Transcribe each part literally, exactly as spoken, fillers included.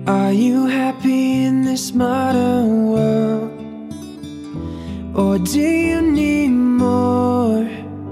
Are you happy in this modern world? Or do you need more?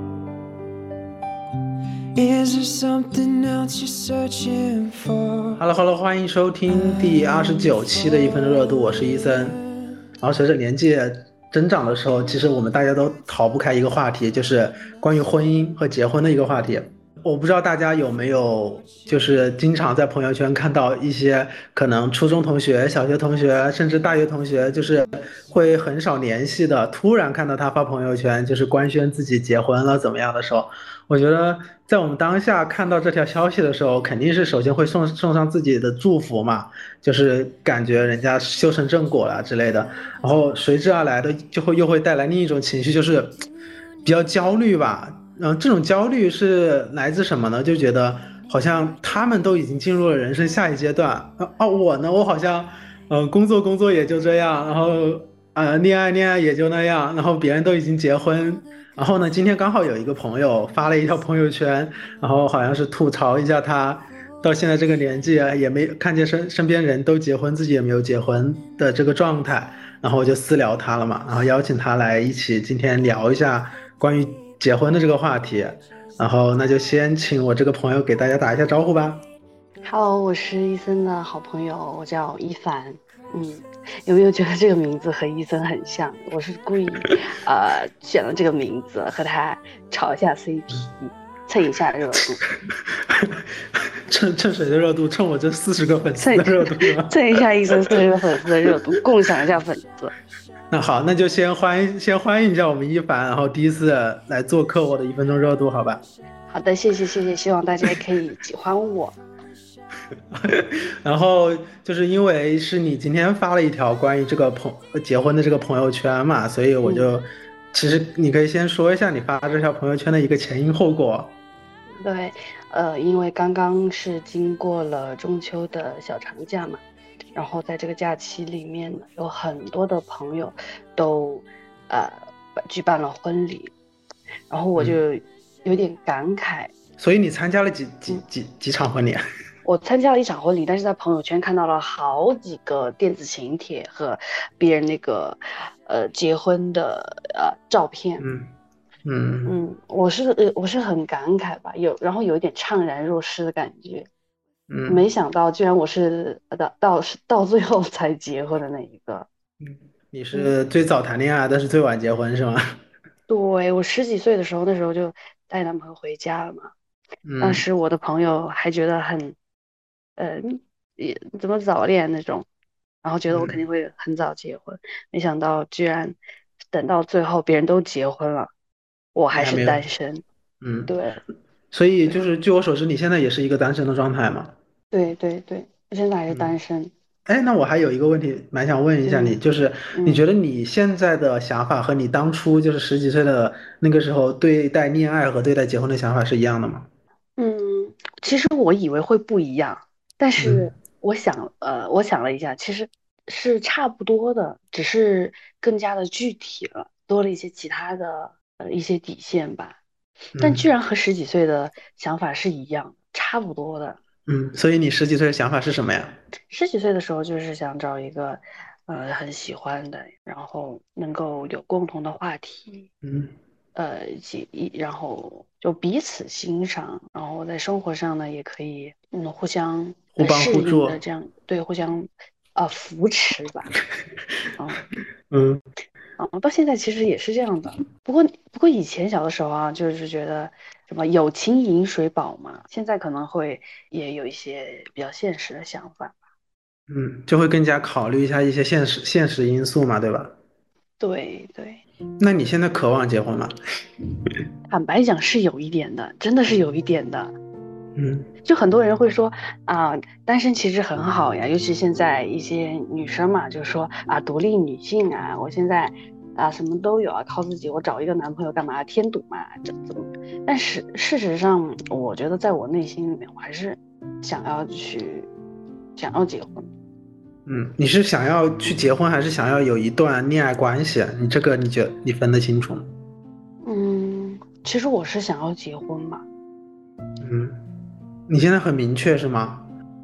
Is there something else you're searching for? Hello Hello， 欢迎收听第二十九期的一分钟热度，我是伊森。然后随着年纪增长的时候，其实我们大家都逃不开一个话题，就是关于婚姻和结婚的一个话题。我不知道大家有没有就是经常在朋友圈看到一些可能初中同学、小学同学甚至大学同学，就是会很少联系的，突然看到他发朋友圈就是官宣自己结婚了怎么样的时候，我觉得在我们当下看到这条消息的时候，肯定是首先会送送上自己的祝福嘛，就是感觉人家修成正果了之类的，然后随之而来的就会又会带来另一种情绪，就是比较焦虑吧。嗯，这种焦虑是来自什么呢？就觉得好像他们都已经进入了人生下一阶段，啊，啊我呢，我好像，嗯、呃，工作工作也就这样，然后，呃，恋爱恋爱也就那样，然后别人都已经结婚，然后呢，今天刚好有一个朋友发了一条朋友圈，然后好像是吐槽一下他到现在这个年纪也没看见身身边人都结婚，自己也没有结婚的这个状态，然后我就私聊他了嘛，然后邀请他来一起今天聊一下关于结婚的这个话题，然后那就先请我这个朋友给大家打一下招呼吧。 Hello，我是伊森的好朋友，我叫一凡。嗯，有没有觉得这个名字和伊森很像？我是故意呃选了这个名字和他炒一下 C P， 蹭一下热度。 蹭蹭谁的热度？蹭我这四十个粉丝的热度吗？ 蹭一下伊森四十个粉丝的热度，共享一下粉丝。 那好，那就先欢迎先欢迎一下我们一凡，然后第一次来做客我的一分钟热度，好吧？ 好的，谢谢谢谢，希望大家可以喜欢我。 然后就是因为是你今天发了一条关于这个朋结婚的这个朋友圈嘛，所以我就、嗯、其实你可以先说一下你发这条朋友圈的一个前因后果。 对，呃，因为刚刚是经过了中秋的小长假嘛。然后在这个假期里面呢，有很多的朋友都呃举办了婚礼，然后我就有点感慨。 嗯、所以你参加了几几几几场婚礼啊？ 我参加了一场婚礼，但是在朋友圈看到了好几个电子请帖和别人那个呃结婚的呃照片。 嗯嗯嗯，我是呃我是很感慨吧，有然后有一点怅然若失的感觉。 嗯， 没想到居然我是到到到最后才结婚的那一个。 嗯，你是最早谈恋爱，但是最晚结婚是吗？ 对，我十几岁的时候，那时候就带男朋友回家了嘛。 嗯， 当时我的朋友还觉得很，呃，也怎么早恋那种，然后觉得我肯定会很早结婚。嗯、没想到居然等到最后别人都结婚了，我还是单身。 嗯， 对。 所以就是据我所知，你现在也是一个单身的状态嘛？ 对对对，现在还是单身。 哎、嗯，那我还有一个问题蛮想问一下你， 嗯、 就是你觉得你现在的想法和你当初就是十几岁的那个时候对待恋爱和对待结婚的想法是一样的吗？ 嗯，其实我以为会不一样，但是我想，嗯、呃，我想了一下，其实是差不多的，只是更加的具体了，多了一些其他的呃一些底线吧。但居然和十几岁的想法是一样，差不多的。 嗯，所以你十几岁的想法是什么呀？ 十几岁的时候就是想找一个，呃，很喜欢的，然后能够有共同的话题， 嗯， 呃，一然后就彼此欣赏，然后在生活上呢也可以，嗯，互相互帮适互助， 应的这样，对，互相，呃，扶持吧，啊， 嗯。 啊，到现在其实也是这样的。不过，不过以前小的时候啊，就是觉得什么有情饮水饱嘛。现在可能会也有一些比较现实的想法。 嗯，就会更加考虑一下一些现实现实因素嘛，对吧？ 对对。 那你现在渴望结婚吗？ 坦白讲是有一点的，真的是有一点的。 嗯， 就很多人会说啊，单身其实很好呀，尤其现在一些女生嘛，就说啊，独立女性啊，我现在啊什么都有啊，靠自己，我找一个男朋友干嘛？添堵嘛，这怎么？但是事实上，我觉得在我内心里面，我还是想要去想要结婚。 嗯，你是想要去结婚，还是想要有一段恋爱关系？你这个你觉得你分得清楚吗？ 嗯，其实我是想要结婚嘛。 嗯，你现在很明确是吗？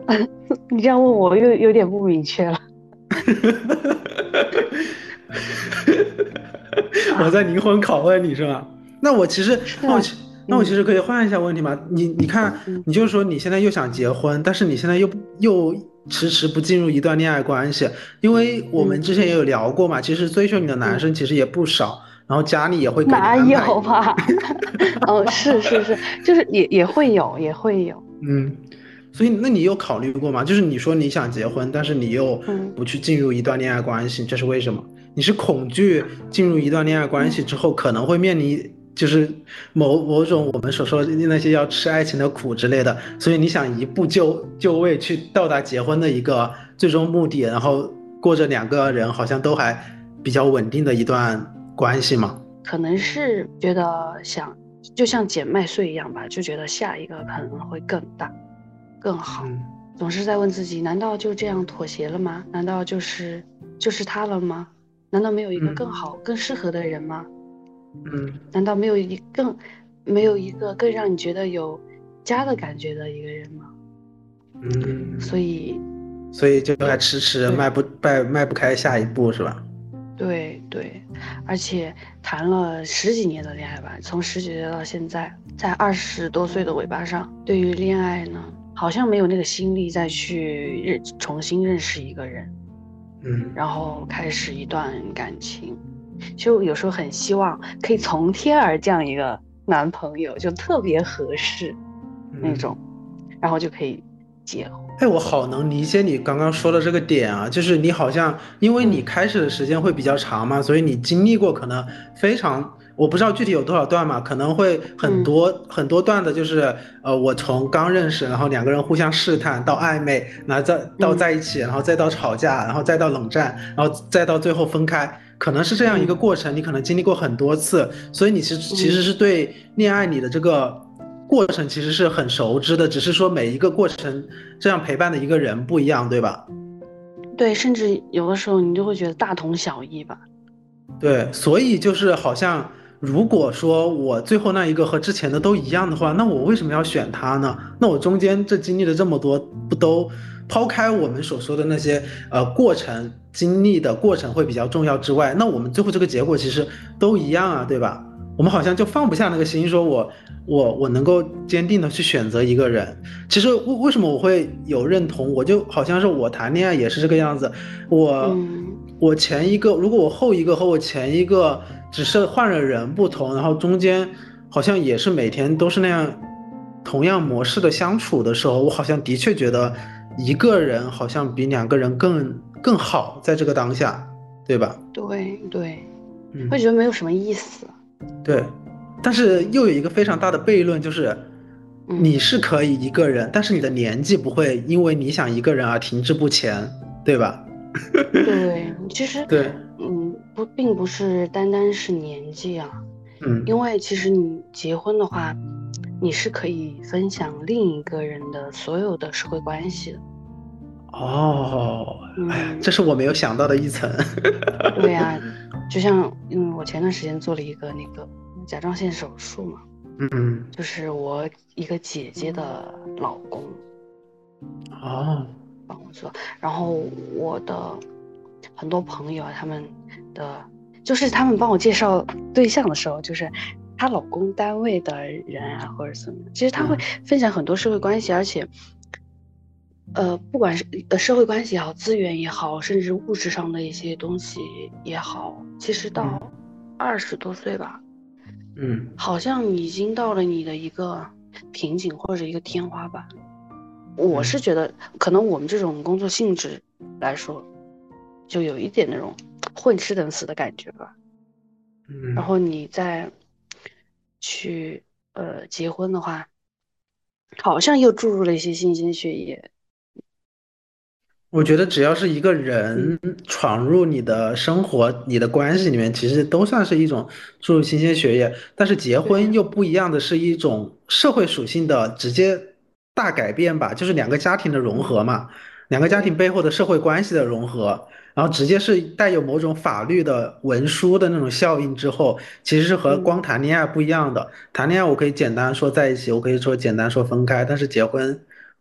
你这样问我又有点不明确了我啊。 在灵魂拷问你是吧？那我其实， 是啊。 那我其那我其嗯实可以换一下问题吗？你你看， 嗯你就是说你现在又想结婚，但是你现在又又迟迟不进入一段恋爱关系，因为我们嗯之前也有聊过嘛，其实追求你的男嗯， 生其实也不少，然后家里也会给你哪安排。 有吧？哦，是是是，就是也也会有，也会有。 嗯，所以那你有考虑过吗？就是你说你想结婚，但是你又嗯不去进入一段恋爱关系，这是为什么？你是恐惧进入一段恋爱关系嗯。 之后可能会面临就是某某种我们所说的那些要吃爱情的苦之类的，所以你想一步就就位去到达结婚的一个最终目的，然后过着两个人好像都还比较稳定的一段关系吗？ 可能是觉得想，就像捡麦穗一样吧，就觉得下一个可能会更大、更好。 嗯总是在问自己，难道就这样妥协了吗？难道就是就是他了吗？难道没有一个更嗯好、更适合的人吗？ 嗯难道没有一更没有一个更让你觉得有家的感觉的一个人吗？所嗯， 以， 所以就还迟迟迈对。 不迈迈不开下一步是吧？ 对对，而且谈了十几年的恋爱吧，从十几岁到现在，在二十多岁的尾巴上，对于恋爱呢，好像没有那个心力再去认重新认识一个人， 嗯然后开始一段感情。就有时候很希望可以从天而降一个男朋友，就特别合适那嗯。 种，然后就可以结婚。 哎，我好能理解你刚刚说的这个点啊，就是你好像因为你嗯开始的时间会比较长嘛，所以你经历过可能非常，我不知道具体有多少段嘛，可能会很嗯多很多段的，就是呃，我从刚认识，然后两个人互相试探到暧昧，然后再到嗯在一起，然后再到吵架，然后再到冷战，然后再到最后分开，可能是这样一个嗯过程，你可能经历过很多次，所以你其实其实嗯。 是对恋爱里的这个过程其实是很熟知的，只是说每一个过程这样陪伴的一个人不一样，对吧？ 对，甚至有的时候你就会觉得大同小异吧。 对，所以就是好像如果说我最后那一个和之前的都一样的话，那我为什么要选他呢？那我中间这经历了这么多，不都抛开我们所说的那些呃过程经历的过程会比较重要之外，那我们最后这个结果其实都一样啊，对吧？我们好像就放不下那个心，说我我我能够坚定的去选择一个人。其实为为什么我会有认同？我就好像是我谈恋爱也是这个样子，我嗯我前一个，如果我后一个和我前一个只是换了人不同，然后中间好像也是每天都是那样同样模式的相处的时候，我好像的确觉得一个人好像比两个人更更好，在这个当下，对吧？ 对对，会嗯， 觉得没有什么意思。 对。但是又有一个非常大的悖论，就是嗯， 你是可以一个人，但是你的年纪不会因为你想一个人而停滞不前，对吧？ 对，其实， 对， 嗯，不，并不是单单是年纪啊， 嗯。 因为其实你结婚的话，你是可以分享另一个人的所有的社会关系的。 哦，哎呀， 嗯， 这是我没有想到的一层。 对呀，就像因为我前段时间做了一个那个甲状腺手术嘛， 嗯， 就是我一个姐姐的老公。 哦， 帮我做。然后我的很多朋友啊，他们的就是他们帮我介绍对象的时候，就是她老公单位的人啊，或者怎么样，其实他会嗯分享很多社会关系，而且呃，不管是呃社会关系也好，资源也好，甚至物质上的一些东西也好，其实嗯到二十多岁吧， 嗯好像已经到了你的一个瓶颈或者一个天花板。我是嗯觉得，可能我们这种工作性质来说，就有一点那种混吃等死的感觉吧。然嗯， 后你再去呃结婚的话，好像又注入了一些新鲜血液。 我觉得只要是一个嗯， 人闯入你的生活、你的关系里面，其实都算是一种注入新鲜血液。但是结对呀。 婚又不一样的是一种社会属性的直接大改变吧，就是两个家庭的融嗯， 合嘛，两个家庭对。 背后的社会关系的融合，然后直接是带有某种法律的文书的那种效应之后，其实是和光嗯谈恋爱不一样的。谈恋爱我可以简单说在一起，我可以说简单说分开，但是结婚。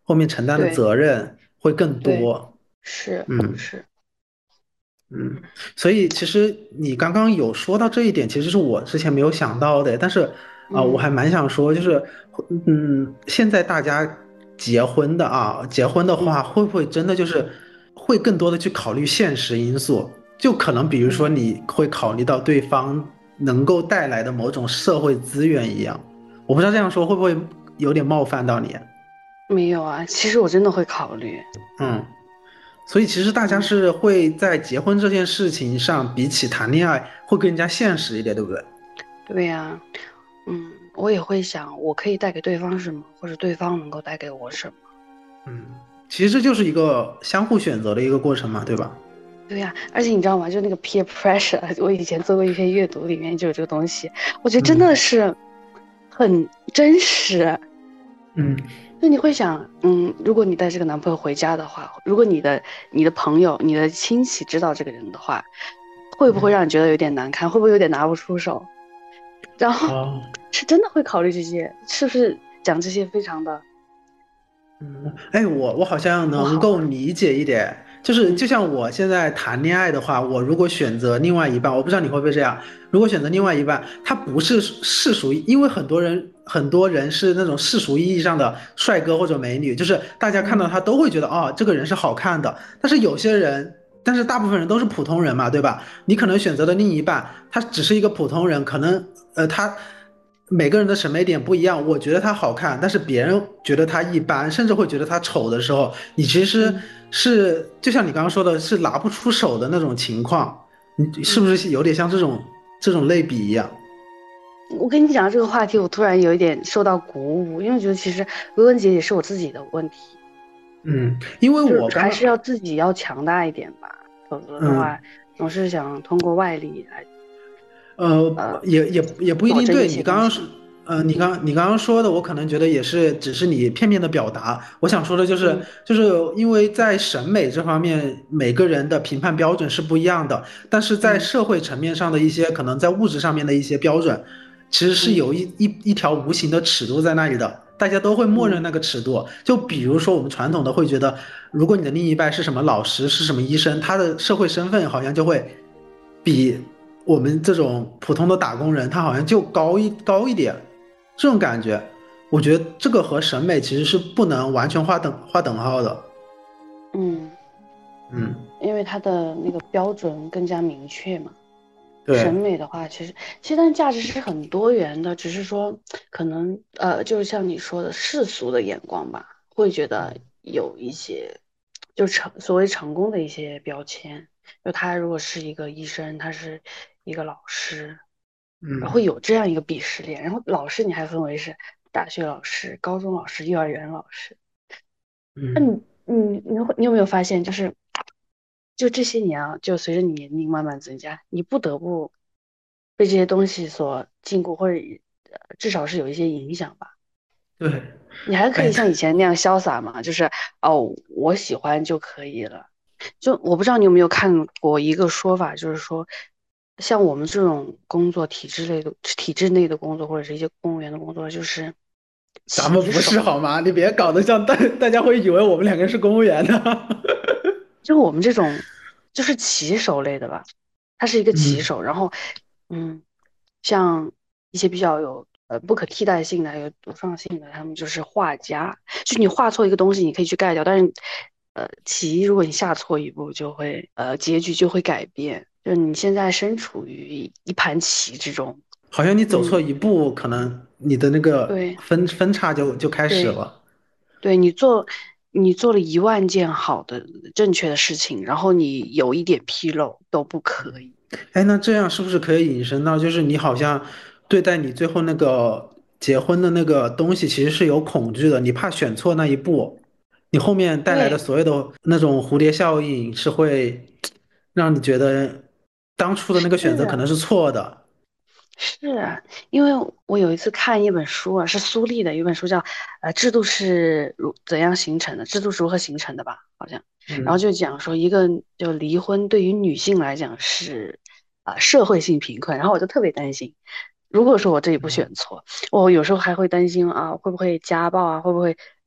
后面承担的对责任会更对， 多。 是嗯。 是， 嗯，所以其实你刚刚有说到这一点，其实是我之前没有想到的。但是啊、呃我还嗯蛮想说，就是，嗯，现在大家结婚的啊，结婚的话， 嗯会不会真的就是会更多的去考虑现实因素？就可能比如说嗯， 你会考虑到对方能够带来的某种社会资源一样。我不知道这样说会不会有点冒犯到你啊。 没有啊，其实我真的会考虑。 嗯。所以其实大家嗯， 是会在结婚这件事情上，比起谈恋爱会更加现实一点，对不对？ 对呀，嗯，我也会想，我可以带给对方什么，或者对方能够带给我什么。 嗯，其实这就是一个相互选择的一个过程嘛，对吧？ 对呀，而且你知道吗？就那个 peer pressure，我以前做过一篇阅读，里面就有这个东西，我觉得真的嗯是很真实。 嗯就你会想，嗯，如果你带这个男朋友回家的话，如果你的你的朋友、你的亲戚知道这个人的话，会不会让你觉得有点难堪？会不会有点拿不出手？然后哦。 是真的会考虑这些，是不是讲这些非常的嗯，哎，我我好像能不好啊？ 够理解一点，就是就嗯像我现在谈恋爱的话，我如果选择另外一半，我不知道你会不会这样，如果选择另外嗯一半，他不是世俗，因为很多人很多人是那种世俗意义上的帅哥或者美女，就是大家看到嗯他都会觉得哦，这个人是好看的，但是有些人。但是大部分人都是普通人嘛，对吧？你可能选择的另一半，他只是一个普通人，可能呃，他每个人的审美点不一样。我觉得他好看，但是别人觉得他一般，甚至会觉得他丑的时候，你其实嗯是就像你刚刚说的，是拿不出手的那种情况。你是不嗯， 是有点像这种这种类比一样？ 我跟你讲这个话题，我突然有一点受到鼓舞，因为我觉得其实归根结底是我自己的问题， 嗯，因为就是我刚刚还是要自己要强大一点吧，否则的嗯话总是想通过外力来呃， 呃也也也不一定对。 做这一你刚刚是， 些东西。 呃，你嗯刚你刚刚说的，我可能觉得也是，只是你片面的表达。我想说的就是， 嗯就是因为在审美这方面，每个人的评判标准是不一样的，但是在嗯社会层面上的一些，可能在物质上面的一些标准，其实是嗯有一一一条无形的尺度在那里的，大家都会默认嗯那个尺度。就比如说我们传统的会觉得，如果你的另一半是什么老师，是什么医生，他的社会身份好像就会比我们这种普通的打工人，他好像就高一高一点，这种感觉，我觉得这个和审美其实是不能完全划等划等号的。 嗯， 嗯， 因为它的那个标准更加明确嘛。审对。 美的话，其实其实但价值是很多元的，只是说可能呃，就是像你说的世俗的眼光吧，会觉得有一些就成所谓成功的一些标签，就他如果是一个医生，他是一个老师，会嗯有这样一个鄙视链。然后老师你还分为是大学老师、高中老师、幼儿园老师。那嗯。 你你你会你有没有发现，就是就这些年啊，就随着你年龄慢慢增加，你不得不被这些东西所禁锢，或者呃至少是有一些影响吧。 对。 你还可哎。 以像以前那样潇洒吗？就是哦，我喜欢就可以了。就我不知道你有没有看过一个说法，就是说，像我们这种工作体制类的体制内的工作，或者是一些公务员的工作，就是咱们不是骑手。 好吗？你别搞得像大大家会以为我们两个是公务员呢。 就我们这种就是骑手类的吧，他是一个骑嗯手，然后嗯，像一些比较有呃不可替代性的、有独创性的，他们就是画家。就你画错一个东西，你可以去盖掉，但是呃，棋如果你下错一步，就会呃结局就会改变。就是你现在身处于一盘棋之中， 好像你走错嗯， 一步，可能你的那个对分分叉就就开始对了。 对，你做你做了一万件好的正确的事情，然后你有一点纰漏都不可以。 哎，那这样是不是可以引申到，就是你好像对待你最后那个结婚的那个东西，其实是有恐惧的，你怕选错那一步，你后面带来的对， 所有的那种蝴蝶效应，是会让你觉得当初的那个选择可能是是错的。 是啊，因为我有一次看一本书啊，是苏丽的一本书叫呃《制度是如怎样形成的》，制度是如何形成的吧，好像，然后嗯就讲说一个就离婚对于女性来讲是啊、社会性贫困，然后我就特别担心，如果说我这一步选错，我有时候还会担心啊会不会家暴啊，会不会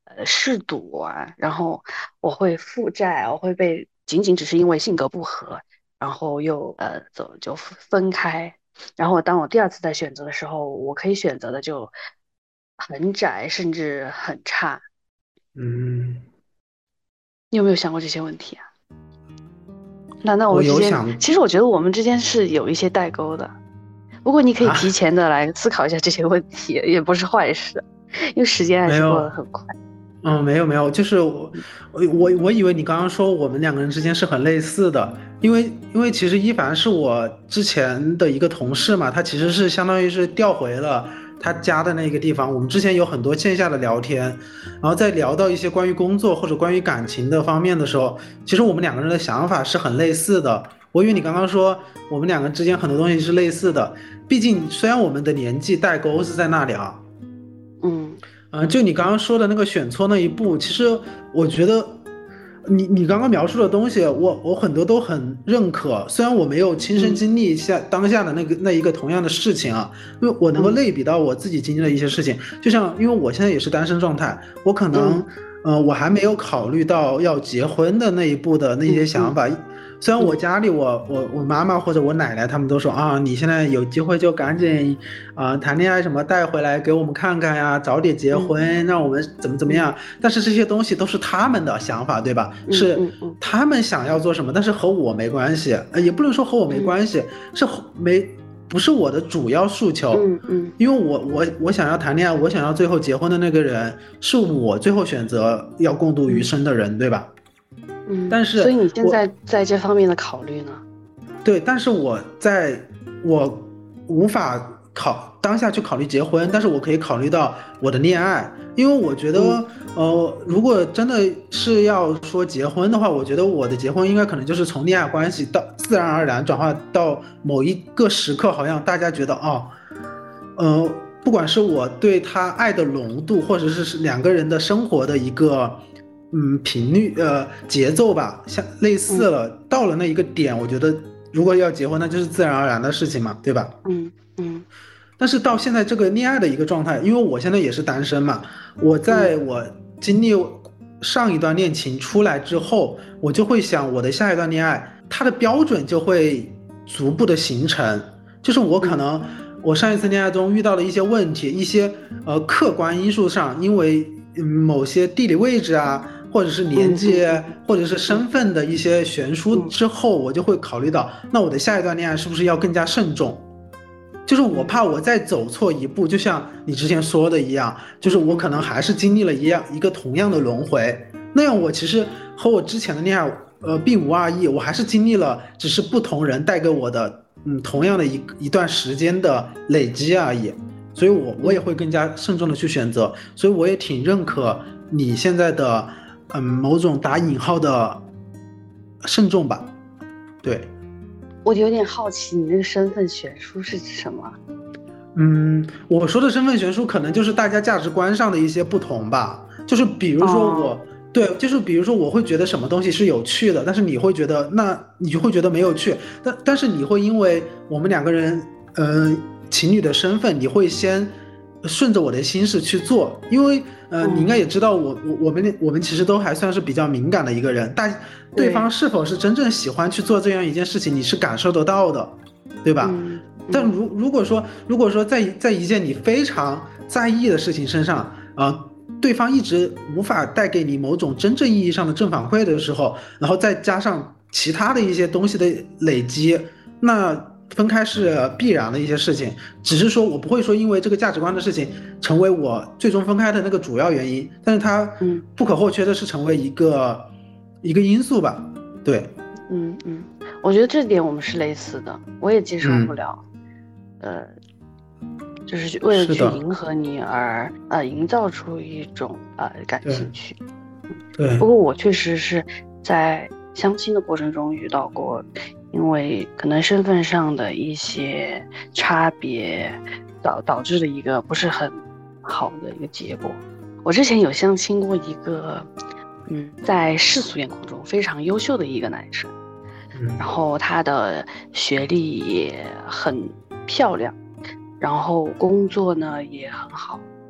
呃嗜赌啊，然后我会负债，我会被仅仅只是因为性格不合，然后又呃走就分开。然后当我第二次再选择的时候，我可以选择的就很窄，甚至很差。 嗯， 你有没有想过这些问题啊？难道我我们之间， 有想其实我觉得我们之间是有一些代沟的。不过你可以提啊， 前的来思考一下这些问题，也不是坏事，因为时间还是过没有。 得很快。 嗯，没有没有，就是我我我我以为你刚刚说我们两个人之间是很类似的，因为因为其实一凡是我之前的一个同事嘛，他其实是相当于是调回了他家的那个地方，我们之前有很多线下的聊天，然后在聊到一些关于工作或者关于感情的方面的时候，其实我们两个人的想法是很类似的。我以为你刚刚说我们两个之间很多东西是类似的，毕竟虽然我们的年纪代沟是在那里啊。 嗯嗯，就你刚刚说的那个选错那一步，其实我觉得你你刚刚描述的东西，我我很多都很认可。虽然我没有亲身嗯经历下当下的那个那一个同样的事情啊，因为我能够嗯类比到我自己经历的一些事情。就像因为我现在也是单身状态，我可能嗯呃我还没有考虑到要结婚的那一步的那些嗯嗯想法。虽然我嗯家里我我我妈妈或者我奶奶他们都说啊，你现在有机会就赶紧啊、谈恋爱什么带回来给我们看看呀，早点结嗯婚，让我们怎么怎么嗯样。但是这些东西都是他们的想法，对吧？ 嗯是嗯嗯他们想要做什么，但是和我没关系，呃也不能说和我没嗯关系，是和没不是我的主要诉求。 嗯嗯因为我我我想要谈恋爱，我想要最后结婚的那个人，是我最后选择要共度余生的人，对吧？ 嗯， 但是所以你现我在在这方面的考虑呢？ 对，但是我在我无法考当下去考虑结婚，但是我可以考虑到我的恋爱，因为我觉嗯得，呃，如果真的是要说结婚的话，我觉得我的结婚应该可能就是从恋爱关系到自然而然转化到某一个时刻，好像大家觉得哦，呃，不管是我对他爱的浓度，或者是是两个人的生活的一个。嗯，频率呃节奏吧，像类似嗯了，到了那一个点，我觉得如果要结婚，那就是自然而然的事情嘛，对吧？ 嗯嗯但是到现在这个恋爱的一个状态，因为我现在也是单身嘛，我在嗯我经历上一段恋情出来之后，我就会想我的下一段恋爱，它的标准就会逐步的形成，就是我可能我上一次恋爱中遇到了一些问题，一些呃客观因素上，因为嗯某些地理位置啊。或者是年纪，或者是身份的一些悬殊之后，我就会考虑到，那我的下一段恋爱是不是要更加慎重？就是我怕我再走错一步，就像你之前说的一样，就是我可能还是经历了一样一个同样的轮回，那样我其实和我之前的恋爱，呃，并无二异，我还是经历了，只是不同人带给我的，嗯，同样的一一段时间的累积而已。所以我我也会更加慎重的去选择，所以我也挺认可你现在的。嗯，某种打引号的慎重吧，对。 我有点好奇，你那个身份悬殊是指什么？ 嗯，我说的身份悬殊可能就是大家价值观上的一些不同吧，就是比如说我， 哦、 对，就是比如说我会觉得什么东西是有趣的，但是你会觉得，那你就会觉得没有趣，但但是你会因为我们两个人，呃，情侣的身份，你会先顺着我的心事去做，因为呃，你应该也知道我我我们我们其实都还算是比较敏感的一个人，大对方是否是真正喜欢去做这样一件事情，你是感受得到的，对吧？ 嗯嗯、 但如如果说如果说在在一件你非常在意的事情身上，呃，对方一直无法带给你某种真正意义上的正反馈的时候，然后再加上其他的一些东西的累积，那。分开是必然的一些事情，只是说我不会说因为这个价值观的事情成为我最终分开的那个主要原因，但是它不可或缺的是成为一个、嗯、一个因素吧。对， 嗯嗯，我觉得这点我们是类似的，我也接受不了，嗯、呃，就是为了去迎合你而呃营造出一种呃感兴趣。 对， 不过我确实是在相亲的过程中遇到过。因为可能身份上的一些差别导导致的一个不是很好的一个结果。我之前有相亲过一个，嗯，在世俗眼光中非常优秀的一个男生，然后他的学历也很漂亮，然后工作呢也很好，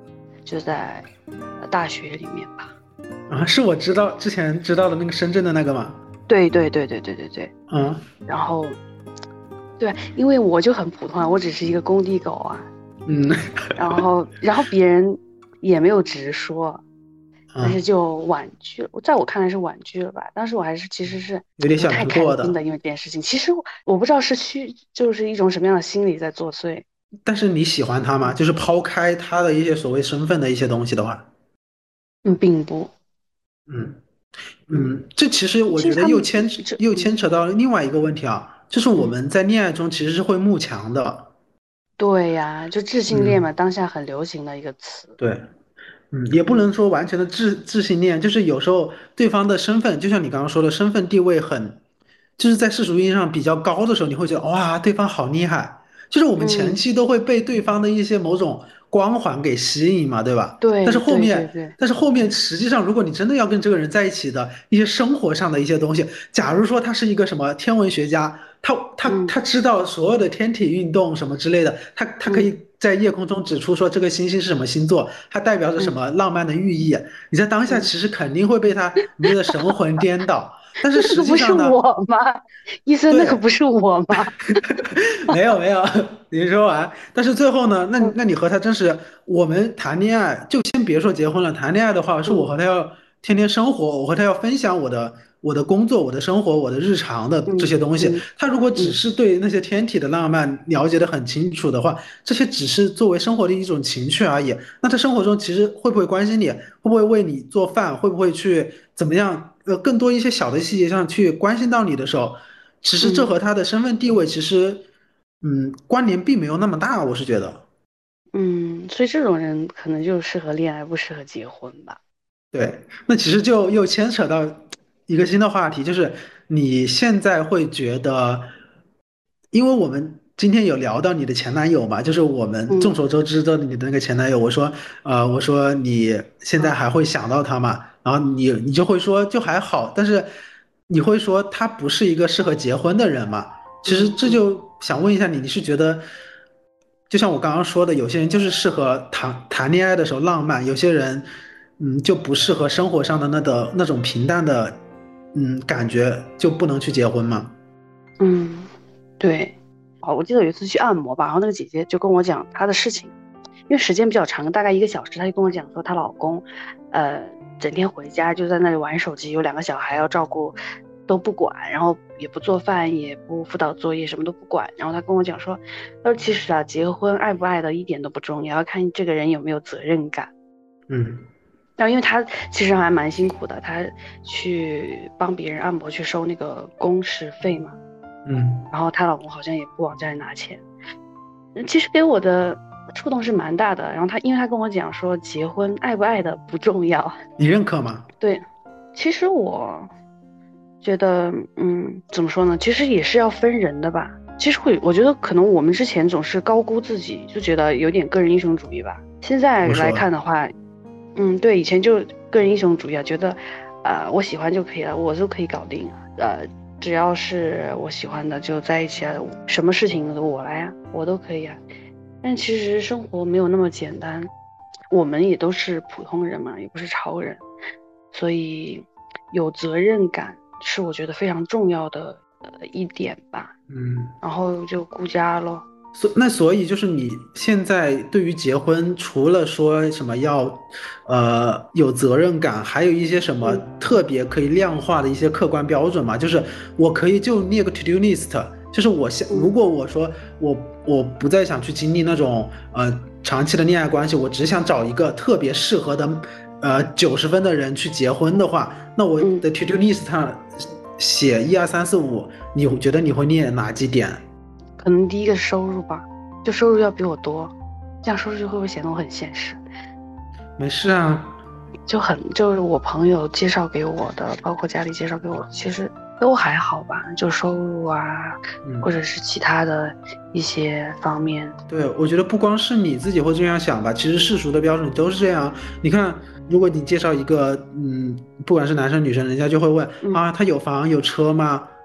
就在大学里面吧。 啊，是我知道之前知道的那个深圳的那个吗？ 对对对对对对对。 嗯， 然后，对，因为我就很普通啊，我只是一个工地狗啊。 嗯。 然后，然后别人也没有直说，但是嗯， 就婉拒了。在我看来是婉拒了吧。当时我还是其实是有点小不太难过的。 开心的，因为这件事情。其实我我不知道是虚，就是一种什么样的心理在作祟。 但是你喜欢他吗？就是抛开他的一些所谓身份的一些东西的话。 嗯，并不。 嗯嗯， 嗯，这其实我觉得其实他们又牵扯这嗯， 又牵扯到另外一个问题啊，就是我嗯， 们在恋爱中其实是会慕强的。 对呀，就智性恋嘛， 嗯， 当下很流行的一个词。 对。嗯，也不能嗯说完全的自自信恋，就是有时候对方的身份，就像你刚刚说的，身份地位很，就是在世俗意义上比较高的时候，你会觉得哇，对方好厉害。就是我们前嗯， 期都会被对方的一些某种光环给吸引嘛，对吧？但是对后面， 对对对。 但是后面实际上，如果你真的要跟这个人在一起的一些生活上的一些东西，假如说他是一个什么天文学家，他他嗯他知道所有的天体运动什么之类的，他他可嗯以在夜空中指出说这个星星是什么星座，它代表着什嗯么浪漫的寓意。你在当下嗯。 其实肯定会被他迷得神魂颠倒，但是实那个不是际上呢， 我吗？医生，那个对。 不是我吗？ 没有没有，你说完。但是最后呢，那嗯那你和他真是，我们谈恋爱就先别说结婚了，谈恋爱的话，是我嗯和他要天天生活，我和他要分享我的我的工作、我的生活、我的日常的这嗯些东西。 嗯他如果只嗯是对那些天体的浪漫了解的很清楚的话，这些只是作为生活的一种情趣而已。那他生活中其实会不会关心你？会不会为你做饭？会不会去怎么样？呃，更多一些小的细节上去关心到你的时候。其实这嗯和他的身份地位其实，嗯，关联并没有那么大，我是觉得。 嗯。所以这种人可能就适合恋爱，不适合结婚吧。 对，那其实就又牵扯到一个新的话题，就是你现在会觉得，因为我们今天有聊到你的前男友嘛，就是我们众嗯所周知的你的那个前男友，我说，呃，我说你现在嗯还会想到他吗？然后你你就会说就还好，但是你会说他不是一个适合结婚的人嘛？其实嗯嗯这就想问一下你，你是觉得，就像我刚刚说的，有些人就是适合谈谈恋爱的时候浪漫，有些人，嗯，就不适合生活上的那个那种平淡的，嗯，感觉就不能去结婚嘛？ 嗯。对。哦，我记得有一次去按摩吧，然后那个姐姐就跟我讲她的事情，因为时间比较长，大概一个小时，她就跟我讲说她老公，呃，整天回家就在那里玩手机，有两个小孩要照顾，都不管，然后也不做饭，也不辅导作业，什么都不管。然后她跟我讲说，她说其实啊，结婚爱不爱的一点都不重要，要看这个人有没有责任感。 嗯然后因为她其实还蛮辛苦的，她去帮别人按摩去收那个工时费嘛。 嗯， 然后她老公好像也不往家里拿钱。嗯其实给我的触动是蛮大的。然后她，因为她跟我讲说，结婚爱不爱的不重要。 你认可吗？ 对，其实我觉得，嗯，怎么说呢？其实也是要分人的吧。其实会，我觉得可能我们之前总是高估自己，就觉得有点个人英雄主义吧。现在来怎么说？ 看的话，嗯，对，以前就个人英雄主义啊，觉得，呃，我喜欢就可以了，我就可以搞定啊，呃，只要是我喜欢的就在一起啊，什么事情都我来啊，我都可以啊。但其实生活没有那么简单，我们也都是普通人嘛，也不是超人，所以有责任感是我觉得非常重要的呃一点吧。 嗯。 然后就顾家咯。 所那所以就是你现在对于结婚，除了说什么要，呃，有责任感，还有一些什么嗯特别可以量化的一些客观标准吗？就是我可以就列个 to do list，就是我想，如嗯果我说我我不再想去经历那种呃长期的恋爱关系，我只想找一个特别适合的，呃九十分的人去结婚的话，那我嗯。 的 to do list 上写一二三四五，你觉得你会列哪几点？ 可能第一个是收入吧，就收入要比我多，这样收入就会不会显得我很现实？ 没事啊。 就很就是我朋友介绍给我的，包括家里介绍给我的，其实都还好吧，就收入啊， 嗯或者是其他的一些方面。 对，我觉得不光是你自己会这样想吧，其实世俗的标准都是这样。你看，如果你介绍一个，嗯，不管是男生女生，人家就会问嗯啊，他有房有车吗？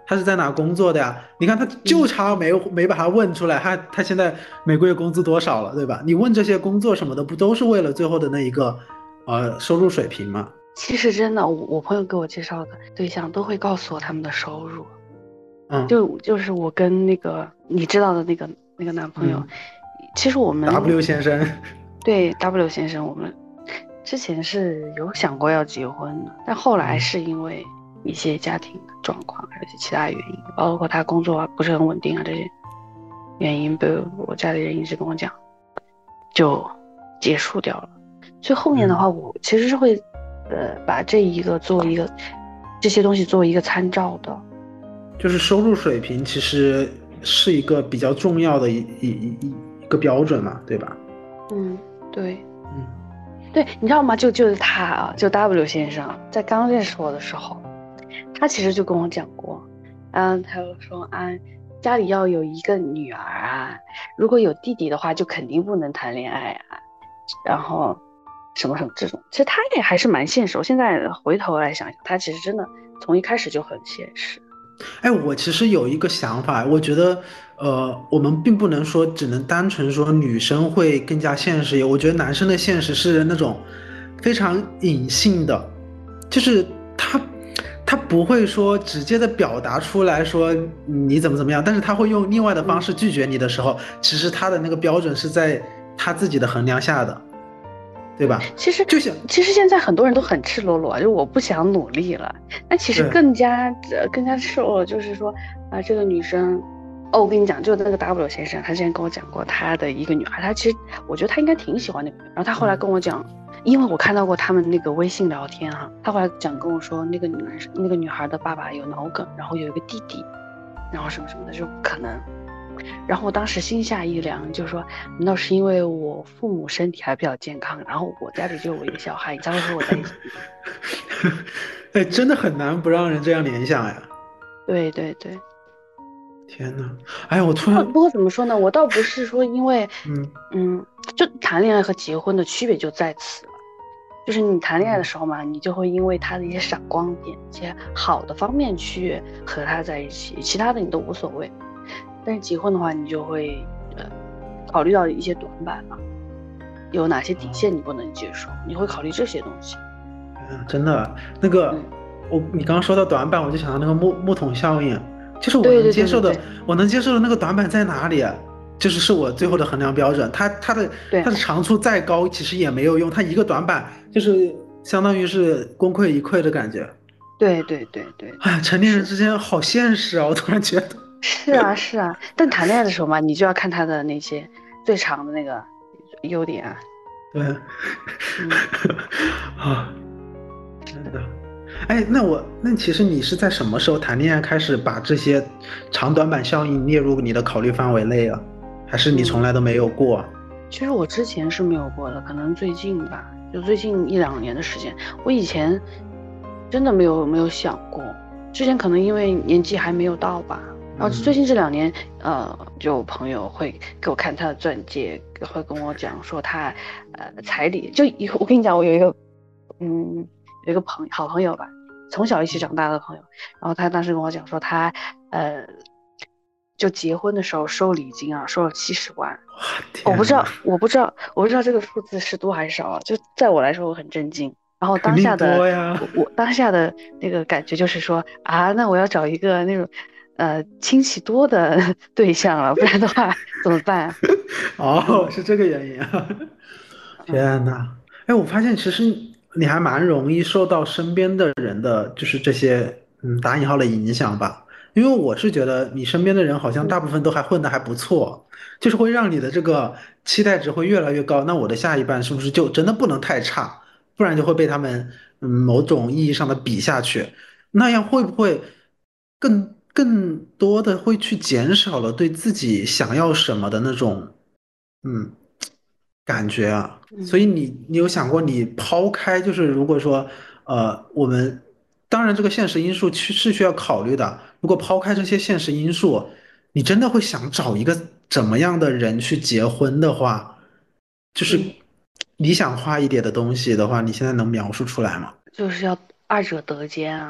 他是在哪工作的呀？你看他就差没没把他问出来，他他现在每个月工资多少了，对吧？你问这些工作什么的，不都是为了最后的那一个呃收入水平吗？ 其实真的，我我朋友给我介绍的对象都会告诉我他们的收入， 嗯， 就就是我跟那个你知道的那个那个男朋友， 嗯其实我们 ，W 先生， 对 W 先生，我们之前是有想过要结婚的，但后来是因为一些家庭的状况，还有一些其他原因，包括他工作啊不是很稳定啊这些原因，被我家里人一直跟我讲，就结束掉了。所以后面的话，我其实是会，呃，把这一个作为一个这些东西作为一个参照的。 就是收入水平其实是一个比较重要的一一一一一个标准嘛，对吧？ 嗯，对， 嗯， 对，你知道吗？就就是他啊，就 W 先生，在刚认识我的时候，他其实就跟我讲过，嗯，他就说啊，家里要有一个女儿啊，如果有弟弟的话，就肯定不能谈恋爱啊，然后什么什么这种，其实他也还是蛮现实。我现在回头来想想，他其实真的从一开始就很现实。 哎，我其实有一个想法，我觉得，呃，我们并不能说只能单纯说女生会更加现实，我觉得男生的现实是那种非常隐性的，就是他他不会说直接的表达出来说你怎么怎么样，但是他会用另外的方式拒绝你的时候，其实他的那个标准是在他自己的衡量下的，对吧？ 其实就像其实现在很多人都很赤裸裸，就我不想努力了。那其实对更加呃更加赤裸裸，就是说啊、这个女生，哦，我跟你讲，就那个 W 先生，他之前跟我讲过他的一个女孩，他其实我觉得他应该挺喜欢那个女孩，然后他后来跟我讲，因为我看到过他们那个微信聊天哈、他后来讲跟我说那个女孩那个女孩的爸爸有脑梗，然后有一个弟弟，然后什么什么的，就不可能。然后我当时心下一凉，就说难道是因为我父母身体还比较健康，然后我家里就有我一个小孩，你才会和我在一起？ 哎，真的很难不让人这样联想呀！ 对对对。 天呐，哎呀，我突然， 不过不过怎么说呢，我倒不是说因为， 嗯嗯，就谈恋爱和结婚的区别就在此了，就是你谈恋爱的时候嘛，你就会因为他的一些闪光点、一些好的方面去和他在一起，其他的你都无所谓。但是结婚的话，你就会呃考虑到一些短板嘛，有哪些底线你不能接受，你会考虑这些东西。 嗯，真的，那个， 嗯， 我你刚刚说到短板，我就想到那个木木桶效应，就是我对对能接受的， 对对对我能接受的那个短板在哪里啊？就是是我最后的衡量标准，它它的对它的长处再高，其实也没有用，它一个短板就是相当于是功亏一篑的感觉。 对对对对对， 哎，成年人是之间好现实啊！我突然觉得， 是啊是啊，但谈恋爱的时候嘛，你就要看他的那些最长的那个优点啊。 对， 嗯， 啊，真的。哎，那我那其实你是在什么时候谈恋爱开始把这些长短板效应列入你的考虑范围内啊？还是你从来都没有过啊？ 其实我之前是没有过的，可能最近吧，就最近一两年的时间，我以前真的没有没有想过，之前可能因为年纪还没有到吧，然后最近这两年，呃，就有朋友会给我看他的钻戒，会跟我讲说他，呃，彩礼，就以我跟你讲，我有一个，嗯，有一个朋好朋友吧，从小一起长大的朋友，然后他当时跟我讲说他，呃，就结婚的时候收礼金啊，收了七十万。我天哪， 不知道，我不知道，我不知道这个数字是多还是少啊？就在我来说，我很震惊。然后肯定当下的多呀！ 我，我当下的那个感觉就是说啊，那我要找一个那种，呃，亲戚多的对象了，不然的话怎么办啊？ 哦， 嗯是这个原因啊！ 嗯， 天哪，哎，我发现其实你还蛮容易受到身边的人的，就是这些嗯打引号的影响吧。因为我是觉得你身边的人好像大部分都还混得还不错，就是会让你的这个期待值会越来越高。那我的下一半是不是就真的不能太差，不然就会被他们嗯某种意义上的比下去？那样会不会更更多的会去减少了对自己想要什么的那种嗯感觉啊？所以嗯你你有想过，你抛开就是如果说呃我们当然这个现实因素去是需要考虑的，如果抛开这些现实因素，你真的会想找一个怎么样的人去结婚的话，就是嗯， 理想化一点的东西的话，你现在能描述出来吗？ 就是要二者得兼啊。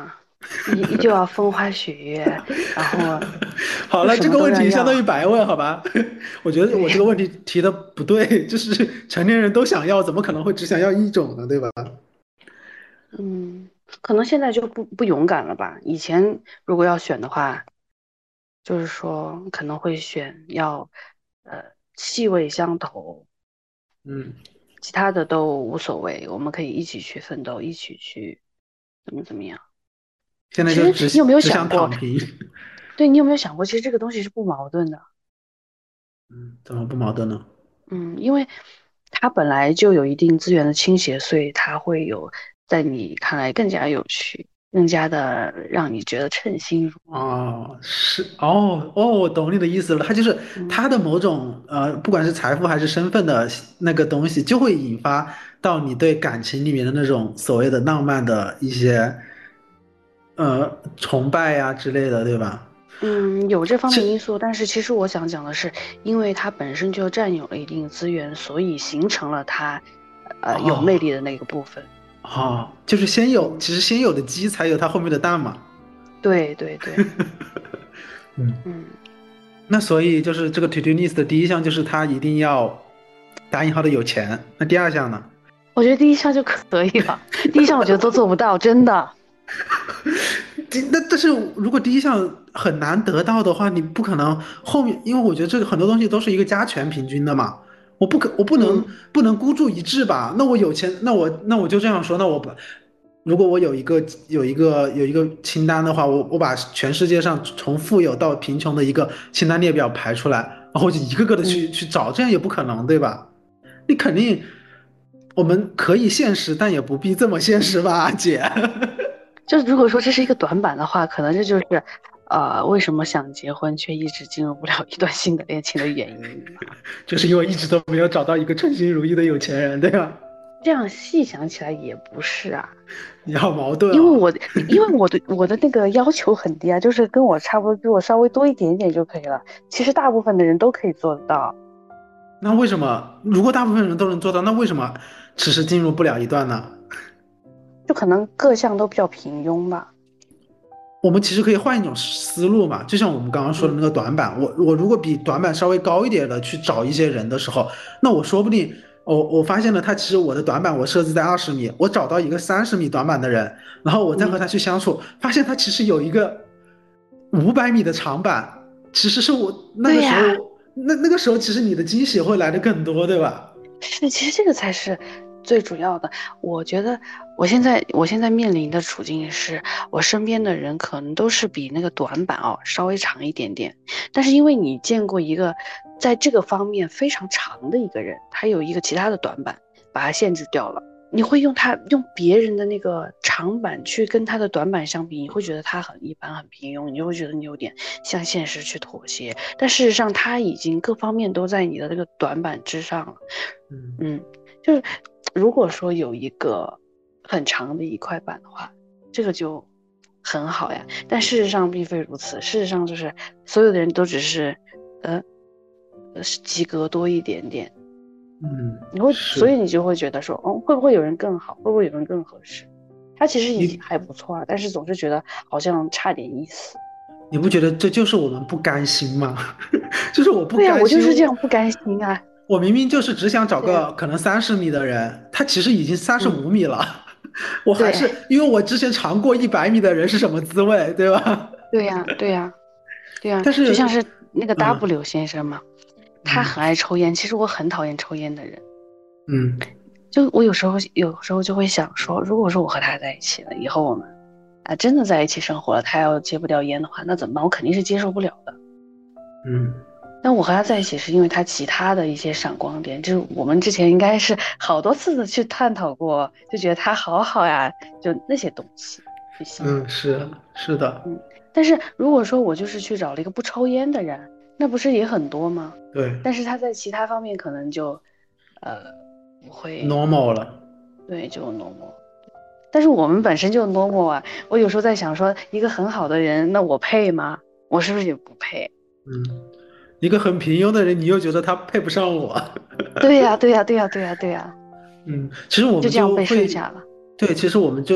一就要风花雪月，然后好了， 就什么这个问都要要。 题相当于白问，好吧？我觉得我这个对。 问题提的不对，就是成年人都想要，怎么可能会只想要一种呢？对吧？ 嗯，可能现在就不不勇敢了吧。以前如果要选的话，就是说可能会选要呃气味相投， 嗯， 其他的都无所谓，我们可以一起去奋斗，一起去怎么怎么样。 现在其就只实你有没有只想想过， 躺平。 对你有没有想过，其实这个东西是不矛盾的。 嗯，怎么不矛盾呢？ 嗯，因为它本来就有一定资源的倾斜，所以它会有在你看来更加有趣，更加的让你觉得称心如意。 哦，是哦哦，我懂你的意思了。他就是嗯他的某种呃，不管是财富还是身份的那个东西，就会引发到你对感情里面的那种所谓的浪漫的一些呃崇拜呀、之类的，对吧？ 嗯，有这方面因是素，但是其实我想讲的是，因为它本身就占有了一定资源，所以形成了它呃有哦魅力的那个部分。 哦，就是先有， 嗯， 其实先有的鸡才有它后面的蛋嘛。 对对对。 嗯， 嗯， 那所以就是这个 to do list 的第一项就是他一定要打引号的有钱，那第二项呢？ 我觉得第一项就可以了，第一项我觉得都做不到，真的。 第那但是如果第一项很难得到的话，你不可能后面，因为我觉得这个很多东西都是一个加权平均的嘛，我不可我不能嗯不能孤注一掷吧？那我有钱，那我那我就这样说，那我把如果我有一个有一个有一个清单的话，我我把全世界上从富有到贫穷的一个清单列表排出来，然后我就一个个的去嗯， 去找，这样也不可能，对吧？你肯定我们可以现实，但也不必这么现实吧，姐。 就是如果说这是一个短板的话，可能这就是呃为什么想结婚却一直进入不了一段新的恋情的原因吧。 就是因为一直都没有找到一个称心如意的有钱人，对吧？ 这样细想起来也不是啊。 你好矛盾啊！ 因为我因为我的我的那个要求很低啊，就是跟我差不多，比我稍微多一点点就可以了。其实大部分的人都可以做得到。 那为什么如果大部分人都能做到，那为什么迟迟进入不了一段呢？ 就可能各项都比较平庸吧。 我们其实可以换一种思路嘛，就像我们刚刚说的嗯那个短板，我我如果比短板稍微高一点的去找一些人的时候，那我说不定我我发现了他其实我的短板我设置在二十米，我找到一个三十米短板的人，然后我再和嗯， 他去相处，发现他其实有一个五百米的长板，其实是我那个时对呀。 候那那个时候其实你的惊喜会来的更多，对吧？ 是，其实这个才是最主要的。我觉得我现在我现在面临的处境是，我身边的人可能都是比那个短板哦稍微长一点点，但是因为你见过一个在这个方面非常长的一个人，他有一个其他的短板，把它限制掉了。你会用他用别人的那个长板去跟他的短板相比，你会觉得他很一般、很平庸，你就会觉得你有点向现实去妥协。但事实上，他已经各方面都在你的这个短板之上了。 嗯， 嗯，就是如果说有一个很长的一块板的话，这个就很好呀。但事实上并非如此，事实上就是所有的人都只是，呃，呃是及格多一点点。 嗯， 你会，所是以你就会觉得说，哦，会不会有人更好？会不会有人更合适？他其实已经你还不错啊，但是总是觉得好像差点意思。 你不觉得这就是我们不甘心吗？就是我不对呀，我就甘心， 是这样不甘心啊。 我明明就是只想找对呀。 个可能三十米的人，他其实已经三十嗯， 五米了，我还对是因为我之前尝过一百米的人是什么滋味，对吧？ 对呀，对呀，对呀， 但是， 就像是那个嗯 W 先生嘛。他嗯很爱抽烟，其实我很讨厌抽烟的人。 嗯就我有时候有时候就会想说，如果说我和他在一起了，以后我们啊真的在一起生活了，他要戒不掉烟的话，那怎么办？我肯定是接受不了的。 嗯， 但我和他在一起是因为他其他的一些闪光点，就是我们之前应该是好多次的去探讨过，就觉得他好好呀，就那些东西去吸引。 嗯，是是的， 嗯，但是如果说我就是去找了一个不抽烟的人，那不是也很多吗？ 对但是他在其他方面可能就，呃，不会。 ，normal 了， 对，就 normal。但是我们本身就 normal 啊，我有时候在想说，一个很好的人，那我配吗？我是不是也不配？ 嗯，一个很平庸的人，你又觉得他配不上我， 对呀，对呀，对呀，对呀，对呀， 嗯，其实我们就这样被剩就会， 下了。 对，其实我们就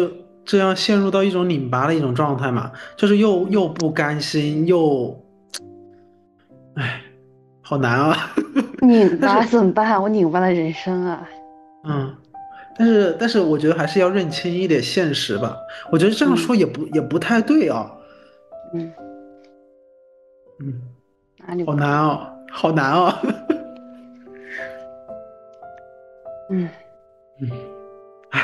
这样陷入到一种拧巴的一种状态嘛，就是又又不甘心，又，哎，好难啊。 拧巴但是， 怎么办？我拧巴的人生啊。 嗯，但是但是我觉得还是要认清一点现实吧。我觉得这样嗯说也不也不太对啊。 嗯， 嗯， 哪里好不对？ 难啊，好难啊。 嗯， 嗯，哎，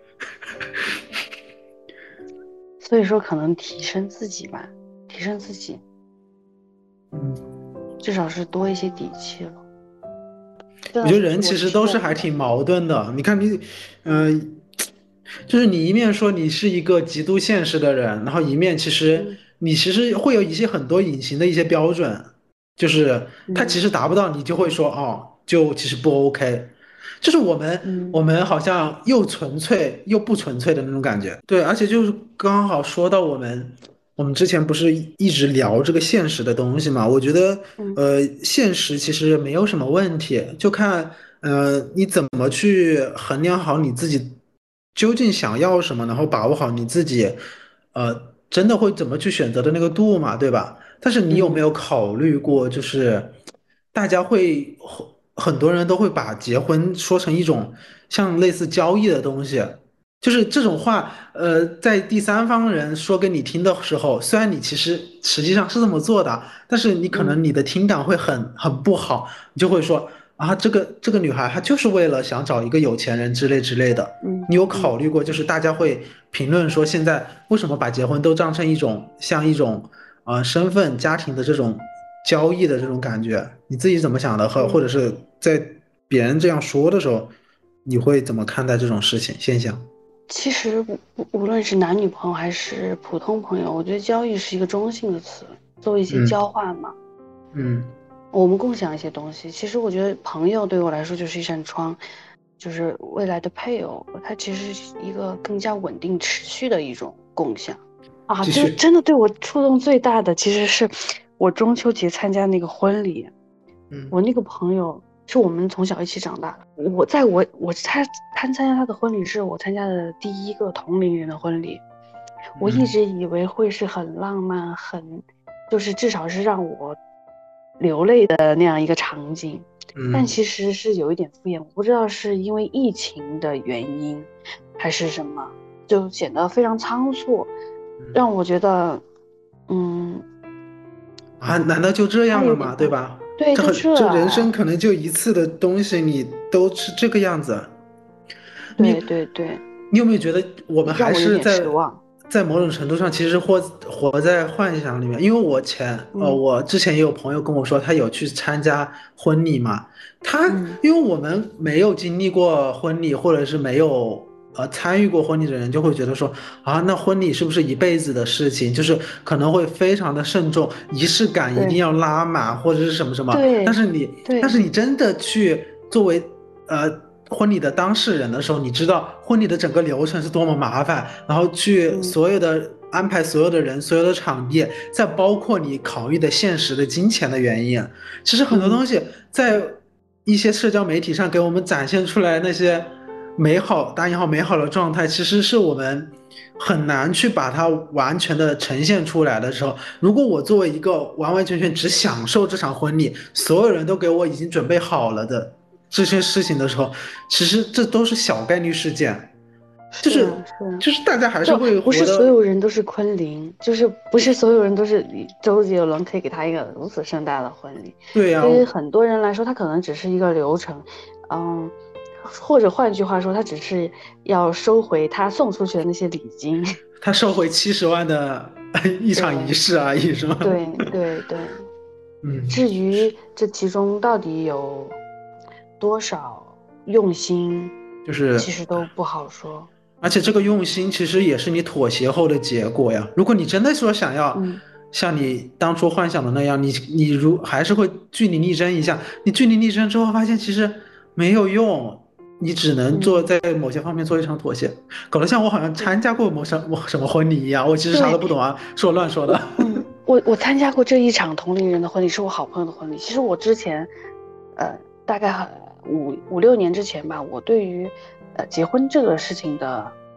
所以说可能提升自己吧，提升自己， 嗯。 至少是多一些底气了。真我觉得的是自我人其实都是提升。 还挺矛盾的。你看你，嗯、就是你一面说你是一个极度现实的人，然后一面其实嗯你其实会有一些很多隐形的一些标准，就是他其嗯实达不到，你就会说哦，就其实不 OK。就是我们我嗯们好像又纯粹又不纯粹的那种感觉。对，而且就是刚好说到我们我们之前不是一直聊这个现实的东西嘛？我觉得嗯呃，现实其实没有什么问题，就看呃你怎么去衡量好你自己究竟想要什么，然后把握好你自己呃真的会怎么去选择的那个度嘛，对吧？但是你有没嗯有考虑过，就是大家会很很多人都会把结婚说成一种像类似交易的东西，就是这种话，呃，在第三方人说给你听的时候，虽然你其实实际上是这么做的，但是你可能嗯你的听感会很很不好，你就会说啊，这个这个女孩她就是为了想找一个有钱人之类之类的。 嗯你有嗯考虑过，就是大家会评论说现在为什么把结婚都当成一种像一种呃身份家庭的这种交易的这种感觉？你自己怎么想的？和或者嗯。 是在别人这样说的时候，你会怎么看待这种事情现象？ 其实无无无论是男女朋友还是普通朋友，我觉得交易是一个中性的词，作为一些嗯交换嘛， 嗯我们共享一些东西。其实我觉得朋友对我来说就是一扇窗，就是未来的配偶，它其实是一个更加稳定持续的一种共享啊。就继续。 真的对我触动最大的，其实是我中秋节参加那个婚礼， 嗯我那个朋友是我们从小一起长大的。我在我我参参参加他的婚礼，是我参加的第一个同龄人的婚礼。我一嗯直以为会是很浪漫，很就是至少是让我流泪的那样一个场景，但嗯其实是有一点敷衍。我不知道是因为疫情的原因，还是什么，就显得非常仓促， 嗯让我觉得，嗯， 啊，难道就这他样了吗？对有点大。 吧？ 对， 这就很这人这。 生可能就一次的东西，你都是这个样子。你对对对， 你有没有觉得我们还让我有点是在失望。 在某种程度上其实活活在幻想里面？因为我前呃， 嗯我之前也有朋友跟我说，他有去参加婚礼嘛。他嗯因为我们没有经历过婚礼，或者是没有呃参与过婚礼的人，就会觉得说啊，那婚礼是不是一辈子的事情？就是可能会非常的慎重，仪式感一定对要拉满，或者是什么什么。但对是你但是对， 你真的去作为呃婚礼的当事人的时候，你知道婚礼的整个流程是多么麻烦，然后去嗯所有的安排所有的人、所有的场地，再包括你考虑的现实的金钱的原因，其实很多嗯东西在一些社交媒体上给我们展现出来那些美好（打引号）美好的状态，其实是我们很难去把它完全的呈现出来的时候，如果我作为一个完完全全只享受这场婚礼，所有人都给我已经准备好了的这些事情的时候，其实这都是小概率事件，就是是啊是啊， 就是大家还是就会不是所活得。 有人都是昆凌，就是不是所有人都是周杰伦可以给他一个如此盛大的婚礼。 对呀、 对于很多人来说，他可能只是一个流程，嗯，或者换句话说，他只是要收回他送出去的那些礼金。 他收回七十万的一场仪对式而已，是吗？ 对对对， 嗯， 至于这其中到底有多少用心， 就是其实都不好说。 而且这个用心其实也是你妥协后的结果呀。如果你真的说想要嗯， 像你当初幻想的那样，你你如还是会据理力争一下。你据理力争之后，发现其实没有用，你只能做嗯， 在某些方面做一场妥协，搞得像我好像对参加过某什么什么婚礼一样。我其实啥都对， 不懂啊，是我乱说的。 我嗯，我我参加过这一场同龄人的婚礼，是我好朋友的婚礼。其实我之前，呃，大概五五六年之前吧，我对于呃结婚这个事情的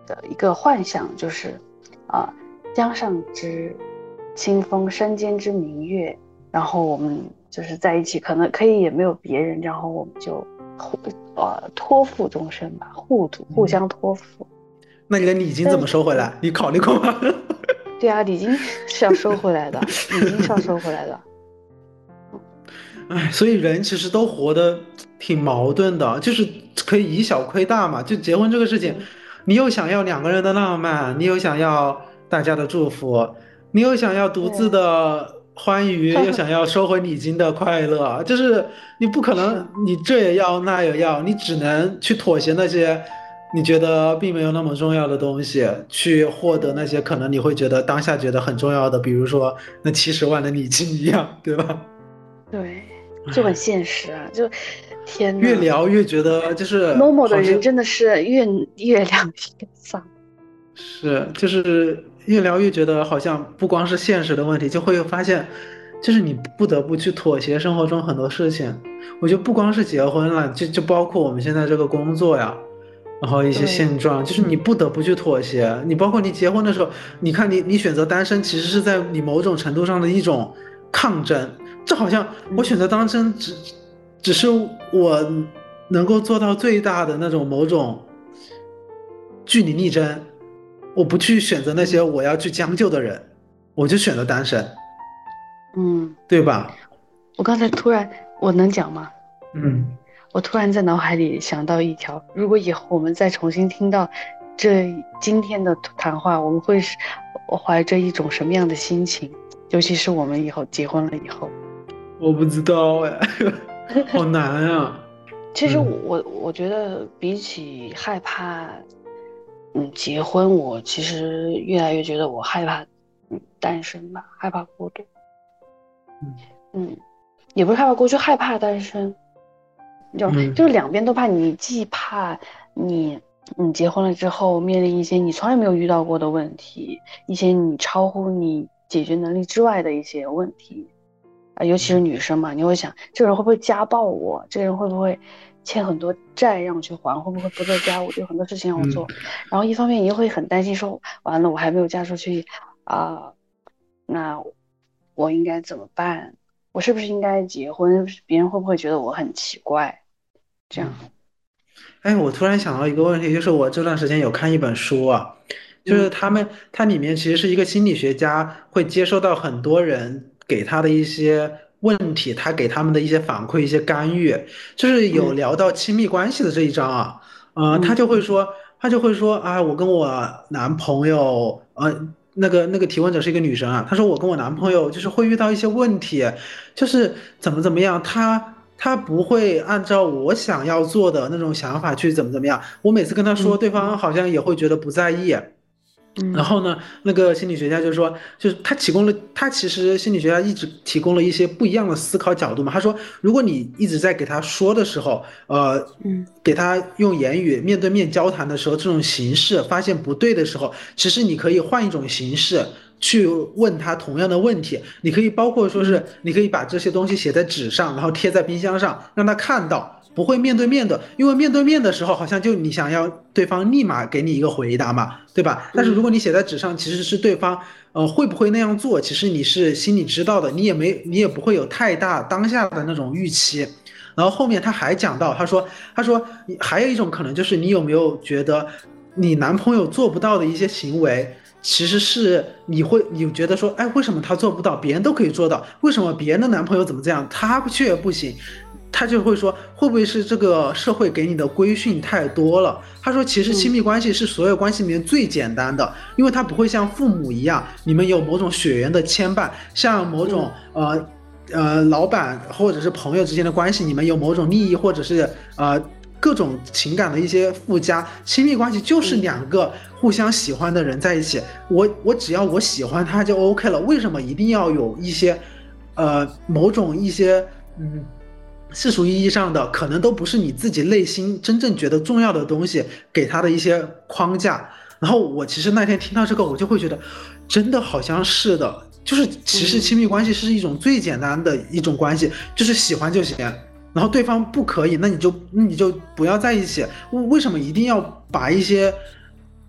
的一个幻想，就是啊、呃，江上之清风，山间之明月，然后我们就是在一起，可能可以也没有别人，然后我们就互呃托付终身吧，互互相托付。 那你的礼金怎么收回来？你考虑过吗？ 对啊，礼金是要收回来的，礼金是要收回来的。 哎，所以人其实都活得挺矛盾的，就是可以以小亏大嘛。就结婚这个事情，你又想要两个人的浪漫，你又想要大家的祝福，你又想要独自的欢愉，又想要收回礼金的快乐，就是你不可能你这也要那也要，你只能去妥协那些你觉得并没有那么重要的东西，去获得那些可能你会觉得当下觉得很重要的，比如说那七十万的礼金一样，对吧？ 对，就很现实啊，就天哪， 越聊越觉得就是某的人真的是越越聊越丧， 是就是越聊越觉得好像不光是现实的问题，就会发现就是你不得不去妥协生活中很多事情。我觉得不光是结婚了，就就包括我们现在这个工作呀，然后一些现状，就是你不得不去妥协。你包括你结婚的时候，你看你你选择单身，其实是在你某种程度上的一种抗争。这好像我选择单身只只是我能够做到最大的那种某种据理力争，我不去选择那些我要去将就的人，我就选择单身， 嗯， 对吧？ 我刚才突然，我能讲吗？ 嗯， 我突然在脑海里想到一条，如果以后我们再重新听到这今天的谈话，我们会是我怀着一种什么样的心情？尤其是我们以后结婚了以后。 我不知道哎，好难啊。 其实我我我觉得比起害怕，嗯，结婚，我其实越来越觉得我害怕，嗯，单身吧，害怕孤独。 嗯嗯，也不是害怕孤独，就害怕单身。就、嗯、就是两边都怕，你既怕你你结婚了之后面临一些你从来没有遇到过的问题，一些你超乎你解决能力之外的一些问题。啊，尤其是女生嘛，你会想这个人会不会家暴我？这个人会不会欠很多债让我去还？会不会不做家务？有很多事情让我做。嗯、然后一方面你又会很担心说，完了我还没有嫁出去啊、呃，那我应该怎么办？我是不是应该结婚？别人会不会觉得我很奇怪？这样。 哎，我突然想到一个问题，就是我这段时间有看一本书啊，就是他们、嗯、它里面其实是一个心理学家会接收到很多人给他的一些问题，他给他们的一些反馈、一些干预，就是有聊到亲密关系的这一章啊，嗯、呃，他就会说，他就会说啊，我跟我男朋友，呃，那个那个提问者是一个女生啊，她说我跟我男朋友就是会遇到一些问题，就是怎么怎么样，他他不会按照我想要做的那种想法去怎么怎么样，我每次跟他说，对方好像也会觉得不在意。然后呢，那个心理学家就说，就是他提供了，他其实心理学家一直提供了一些不一样的思考角度嘛。他说，如果你一直在给他说的时候，呃，给他用言语面对面交谈的时候，这种形式发现不对的时候，其实你可以换一种形式去问他同样的问题。你可以包括说是，你可以把这些东西写在纸上，然后贴在冰箱上，让他看到。不会面对面的，因为面对面的时候好像就你想要对方立马给你一个回答嘛，对吧？但是如果你写在纸上，其实是对方呃会不会那样做，其实你是心里知道的，你也没你也不会有太大当下的那种预期。然后后面他还讲到，他说他说还有一种可能就是你有没有觉得你男朋友做不到的一些行为，其实是你会你觉得说，哎，为什么他做不到，别人都可以做到，为什么别人的男朋友怎么这样，他却不行？他就会说，会不会是这个社会给你的规训太多了？他说，其实亲密关系是所有关系里面最简单的，嗯、因为它不会像父母一样，你们有某种血缘的牵绊，像某种、嗯、呃呃老板或者是朋友之间的关系，你们有某种利益或者是呃各种情感的一些附加。亲密关系就是两个互相喜欢的人在一起，我我只要我喜欢他就 OK 了，为什么一定要有一些呃某种一些嗯？世俗意义上的可能都不是你自己内心真正觉得重要的东西给他的一些框架。然后我其实那天听到这个，我就会觉得真的好像是的，就是其实亲密关系是一种最简单的一种关系，就是喜欢就行，然后对方不可以，那你就你就不要在一起。为什么一定要把一些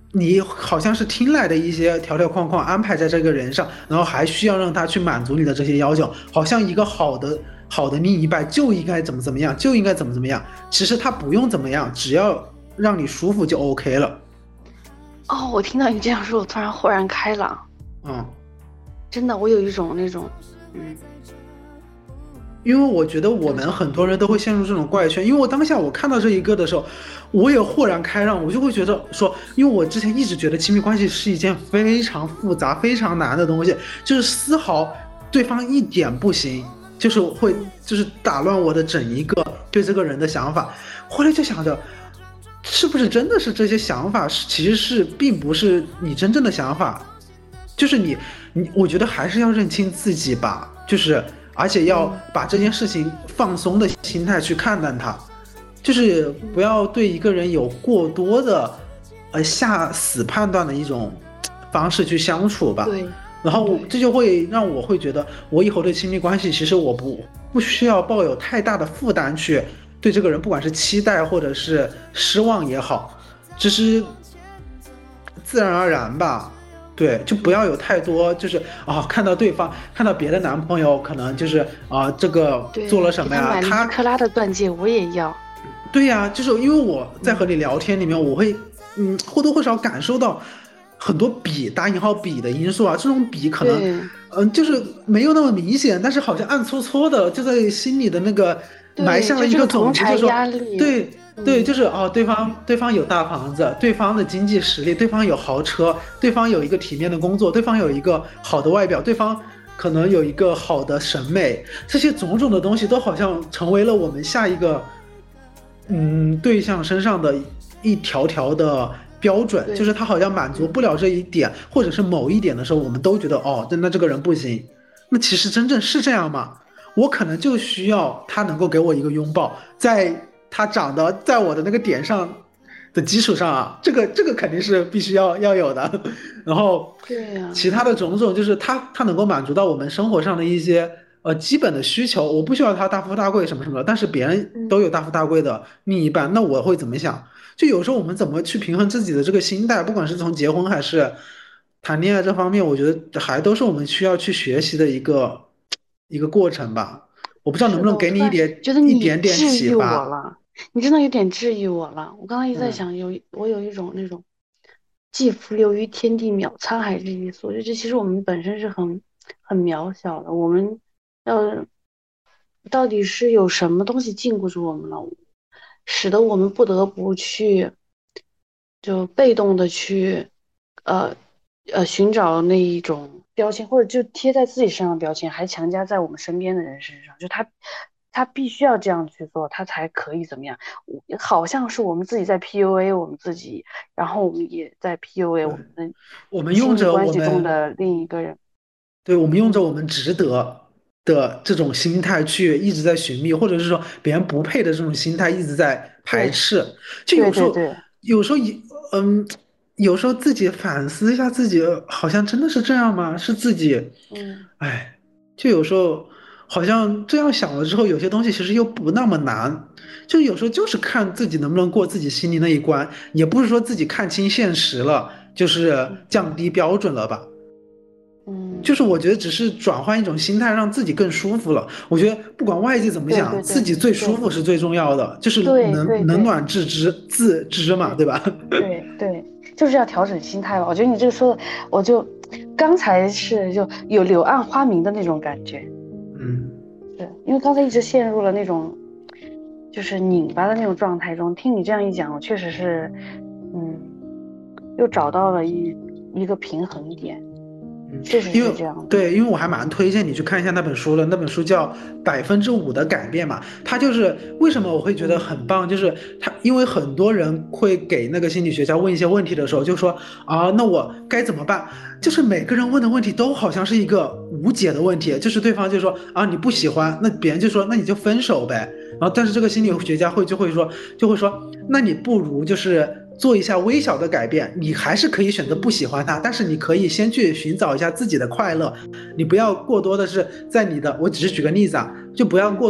你好像是听来的一些条条框框安排在这个人上，然后还需要让他去满足你的这些要求，好像一个好的好的另一半就应该怎么怎么样，就应该怎么怎么样。其实他不用怎么样，只要让你舒服就 OK 了。 哦，我听到你这样说，我突然豁然开朗。 嗯， 真的，我有一种那种，嗯。 因为我觉得我们很多人都会陷入这种怪圈，因为我当下我看到这一个的时候，我也豁然开朗，我就会觉得说，因为我之前一直觉得亲密关系是一件非常复杂、非常难的东西，就是丝毫对方一点不行，就是会就是打乱我的整一个对这个人的想法。后来就想着，是不是真的是这些想法是其实是并不是你真正的想法，就是你你，我觉得还是要认清自己吧，就是。而且要把这件事情放松的心态去看待它，就是不要对一个人有过多的呃下死判断的一种方式去相处吧。 对， 然后这就会让我会觉得，我以后对亲密关系，其实我不不需要抱有太大的负担去对这个人，不管是期待或者是失望也好，只是自然而然吧。对，就不要有太多，就是啊、哦，看到对方，看到别的男朋友，可能就是啊、呃，这个做了什么呀？ 他克拉的钻戒我也要。 对呀、啊，就是因为我在和你聊天里面，我会嗯或多或少感受到很多比打引号比的因素啊，这种比可能嗯、呃、就是没有那么明显，但是好像暗搓搓的就在心里的那个埋下了一个种子，就说对。对，就是哦，对方对方有大房子，对方的经济实力，对方有豪车，对方有一个体面的工作，对方有一个好的外表，对方可能有一个好的审美，这些种种的东西都好像成为了我们下一个嗯对象身上的一条条的标准，就是他好像满足不了这一点，或者是某一点的时候，我们都觉得哦，那这个人不行。那其实真正是这样吗？我可能就需要他能够给我一个拥抱，在他长得在我的那个点上的基础上啊，这个这个肯定是必须要要有的。然后， 对呀， 其他的种种就是他他能够满足到我们生活上的一些呃基本的需求。我不需要他大富大贵什么什么的，但是别人都有大富大贵的另一半，那我会怎么想？就有时候我们怎么去平衡自己的这个心态，不管是从结婚还是谈恋爱这方面，我觉得还都是我们需要去学习的一个一个过程吧。我不知道能不能给你一点觉得一点点启启发。 我了，你真的有点治愈我了。我刚刚一直在想， 嗯、 有我有一种那种既浮流于天地渺沧海之意思，我觉得其实我们本身是很很渺小的，我们要到底是有什么东西禁锢住我们了，使得我们不得不去就被动的去呃呃寻找那一种标签，或者就贴在自己身上的标签，还强加在我们身边的人身上，就他他必须要这样去做，他才可以怎么样？好像是我们自己在 P U A 我们自己，然后我们也在 P U A 我们的我们用着我们关系中的另一个人。 对，我们用着我们值得的这种心态去一直在寻觅，或者是说别人不配的这种心态一直在排斥。就有时候， 对对对有时候也嗯，有时候自己反思一下自己，好像真的是这样吗？是自己， 嗯， 哎，就有时候好像这样想了之后，有些东西其实又不那么难。就有时候就是看自己能不能过自己心里那一关，也不是说自己看清现实了，就是降低标准了吧。 嗯， 就是我觉得只是转换一种心态，让自己更舒服了。我觉得不管外界怎么想， 对对对自己最舒服是最重要的，就是对能对对冷暖自知自知嘛，对吧？ 对对，就是要调整心态吧。我觉得你这个说的，我就刚才是就有柳暗花明的那种感觉。 嗯， 是因为刚才一直陷入了那种就是拧巴的那种状态中。听你这样一讲，我确实是，嗯，又找到了一一个平衡点。确实是这样的。 对，因为我还蛮推荐你去看一下那本书的，那本书叫《百分之五的改变》嘛。它就是为什么我会觉得很棒，就是它，因为很多人会给那个心理学家问一些问题的时候，就说啊，那我该怎么办？就是每个人问的问题都好像是一个无解的问题，就是对方就说啊你不喜欢，那别人就说那你就分手呗。然后但是这个心理学家会就会说就会说，那你不如就是做一下微小的改变，你还是可以选择不喜欢它，但是你可以先去寻找一下自己的快乐，你不要过多的是在你的，我只是举个例子啊，就不要过多的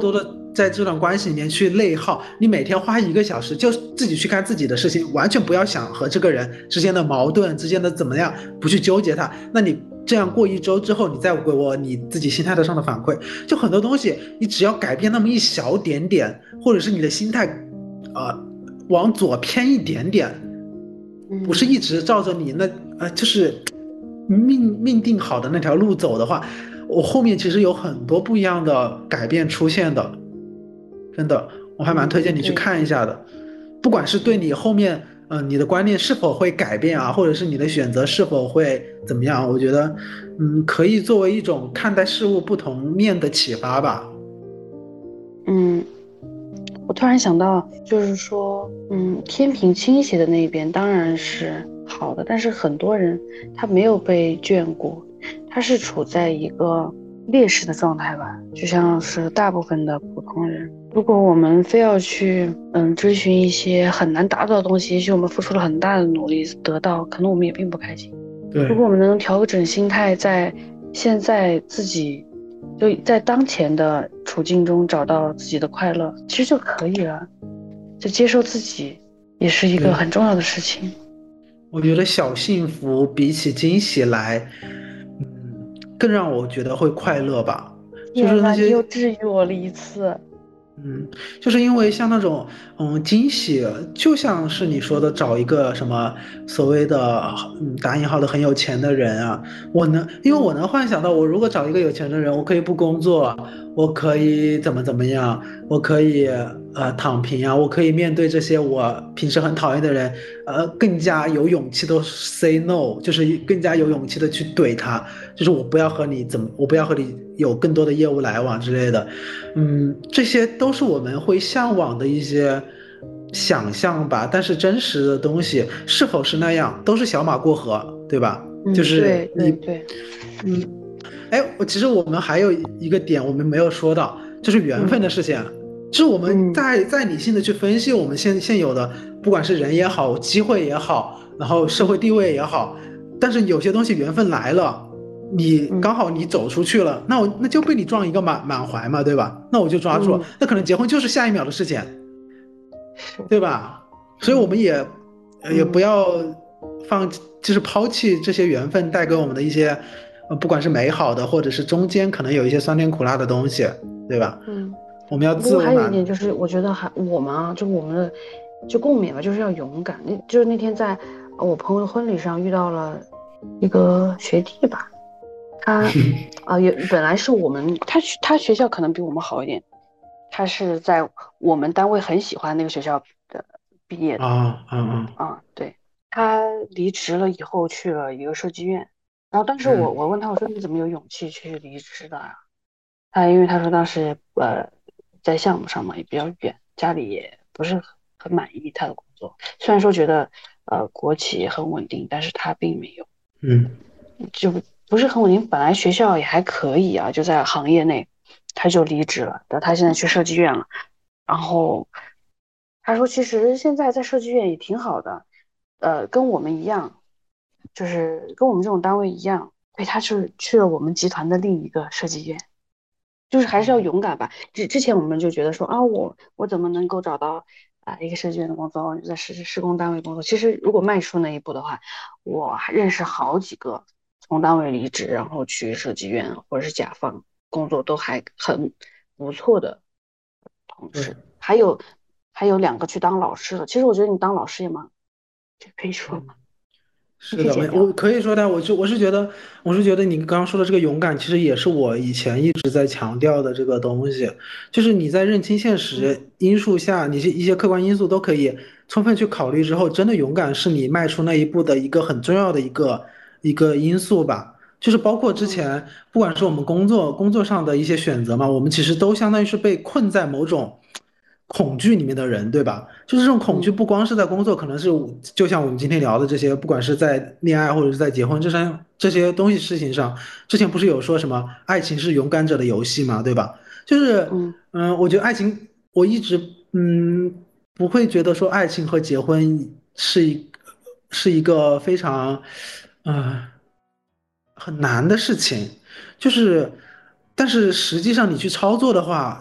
在这段关系里面去内耗，你每天花一个小时就自己去干自己的事情，完全不要想和这个人之间的矛盾之间的怎么样，不去纠结它。那你这样过一周之后，你再给我你自己心态上的反馈，就很多东西你只要改变那么一小点点，或者是你的心态呃往左偏一点点，不是一直照着你那呃就是命命定好的那条路走的话，我后面其实有很多不一样的改变出现的，真的，我还蛮推荐你去看一下的。不管是对你后面，嗯、呃，你的观念是否会改变啊，或者是你的选择是否会怎么样，我觉得，嗯，可以作为一种看待事物不同面的启发吧。 嗯，我突然想到，就是说，嗯，天平倾斜的那边当然是好的，但是很多人他没有被眷顾，他是处在一个劣势的状态吧，就像是大部分的普通人。如果我们非要去，嗯，追寻一些很难达到的东西，也许我们付出了很大的努力得到，可能我们也并不开心。 对， 如果我们能调整心态，在现在自己就在当前的处境中找到自己的快乐，其实就可以了。就接受自己，也是一个很重要的事情。 我觉得小幸福比起惊喜来，嗯，更让我觉得会快乐吧。就是那些， 你又治愈我了一次。 嗯，就是因为像那种，嗯，惊喜，就像是你说的，找一个什么所谓的，嗯，打引号的很有钱的人啊，我能，因为我能幻想到，我如果找一个有钱的人，我可以不工作，我可以怎么怎么样，我可以呃躺平啊，我可以面对这些我平时很讨厌的人，呃，更加有勇气的 say no，就是更加有勇气的去怼他，就是我不要和你怎么，我不要和你有更多的业务来往之类的。嗯，这些都是我们会向往的一些想象吧，但是真实的东西是否是那样，都是小马过河，对吧？ 嗯、 就是你， 对对对， 嗯，哎，我其实我们还有一个点我们没有说到，就是缘分的事情。嗯、就是我们在在理性的去分析我们现现有的，不管是人也好，机会也好，然后社会地位也好，但是有些东西缘分来了。你刚好你走出去了，嗯、那我那就被你撞一个满满怀嘛，对吧？那我就抓住了，嗯、那可能结婚就是下一秒的事情，对吧？所以我们也、嗯、也不要放，就是抛弃这些缘分带给我们的一些，呃，不管是美好的，或者是中间可能有一些酸甜苦辣的东西，对吧？嗯，我们要自我。 还有一点就是，我觉得还我们啊，就我们的就共勉吧，就是要勇敢。那就是那天在我朋友的婚礼上遇到了一个学弟吧。他啊，也本来是我们他他学校可能比我们好一点，他是在我们单位很喜欢那个学校的毕业的啊啊啊啊，对，他离职了以后去了一个设计院，然后当时我我问他，我说你怎么有勇气去离职的啊？他因为他说当时呃在项目上嘛也比较远，家里也不是很满意他的工作，虽然说觉得呃国企很稳定，但是他并没有， 嗯， 就。不是很稳定，本来学校也还可以啊，就在行业内，他就离职了，但他现在去设计院了。然后他说，其实现在在设计院也挺好的，呃，跟我们一样，就是跟我们这种单位一样。对，他是去了我们集团的另一个设计院，就是还是要勇敢吧。之之前我们就觉得说啊，我我怎么能够找到啊一个设计院的工作，在施施工单位工作？其实如果迈出那一步的话，我还认识好几个。从单位离职，然后去设计院或者是甲方工作都还很不错的同事，还有还有两个去当老师了。其实我觉得你当老师也蛮，这可以说吗？ 是的，我我可以说的，我就我是觉得，我是觉得你刚刚说的这个勇敢，其实也是我以前一直在强调的这个东西，就是你在认清现实因素下，你一些客观因素都可以充分去考虑之后，真的勇敢是你迈出那一步的一个很重要的一个。一个因素吧，就是包括之前，不管是我们工作工作上的一些选择嘛，我们其实都相当于是被困在某种恐惧里面的人，对吧？就是这种恐惧不光是在工作，可能是就像我们今天聊的这些，不管是在恋爱或者是在结婚这三这些东西事情上，之前不是有说什么爱情是勇敢者的游戏嘛，对吧？就是嗯、呃，我觉得爱情，我一直嗯不会觉得说爱情和结婚是一是一个非常。嗯，很难的事情，就是，但是实际上你去操作的话，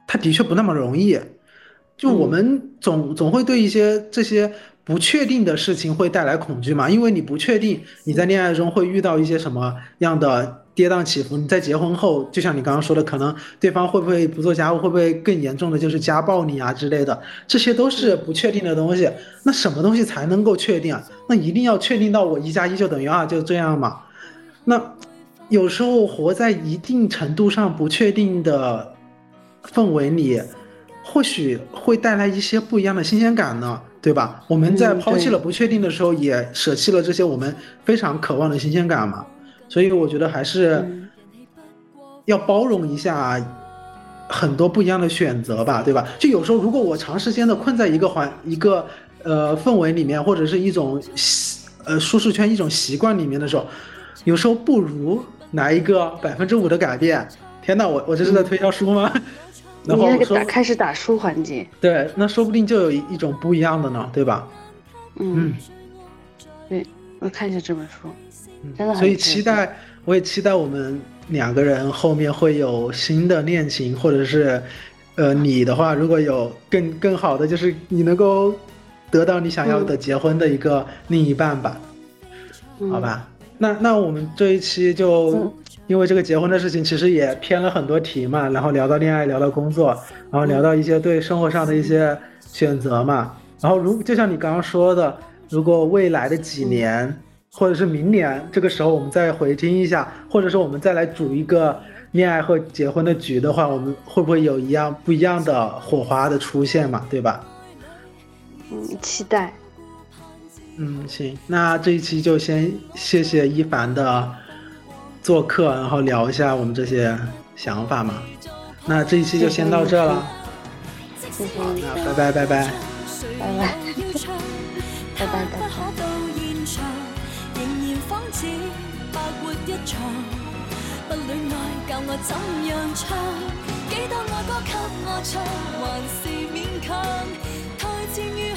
它的确不那么容易。就我们总总会对一些这些不确定的事情会带来恐惧嘛，因为你不确定你在恋爱中会遇到一些什么样的跌宕起伏，你在结婚后，就像你刚刚说的，可能对方会不会不做家务，会不会更严重的就是家暴你啊之类的，这些都是不确定的东西。那什么东西才能够确定啊？那一定要确定到我一加一就等于二，就这样嘛。那有时候活在一定程度上不确定的氛围里，或许会带来一些不一样的新鲜感呢，对吧？我们在抛弃了不确定的时候，也舍弃了这些我们非常渴望的新鲜感嘛。所以我觉得还是要包容一下很多不一样的选择吧，对吧？就有时候如果我长时间的困在一个环一个呃氛围里面，或者是一种呃舒适圈、一种习惯里面的时候，有时候不如来一个百分之五的改变。天哪，我我这是在推销书吗？嗯然后你打开始打书环节， 对，那说不定就有一种不一样的呢，对吧？ 嗯，嗯对，我看一下这本书，真的很。 所以期待，我也期待我们两个人后面会有新的恋情，或者是，呃，你的话如果有更更好的，就是你能够得到你想要的结婚的一个另一半吧，嗯、好吧？那那我们这一期就。嗯因为这个结婚的事情其实也偏了很多题嘛，然后聊到恋爱，聊到工作，然后聊到一些对生活上的一些选择嘛，然后如就像你刚刚说的，如果未来的几年或者是明年这个时候我们再回听一下，或者说我们再来组一个恋爱或结婚的局的话，我们会不会有一样不一样的火花的出现嘛，对吧？ 嗯，期待。 嗯，行，那这一期就先谢谢一凡的做客，然后聊一下我们这些想法嘛。那这一期就先到这了， 谢谢你， 拜拜拜拜， 拜拜，拜拜拜拜。不戀愛教我怎樣唱，幾多愛歌給我唱，還是勉強台前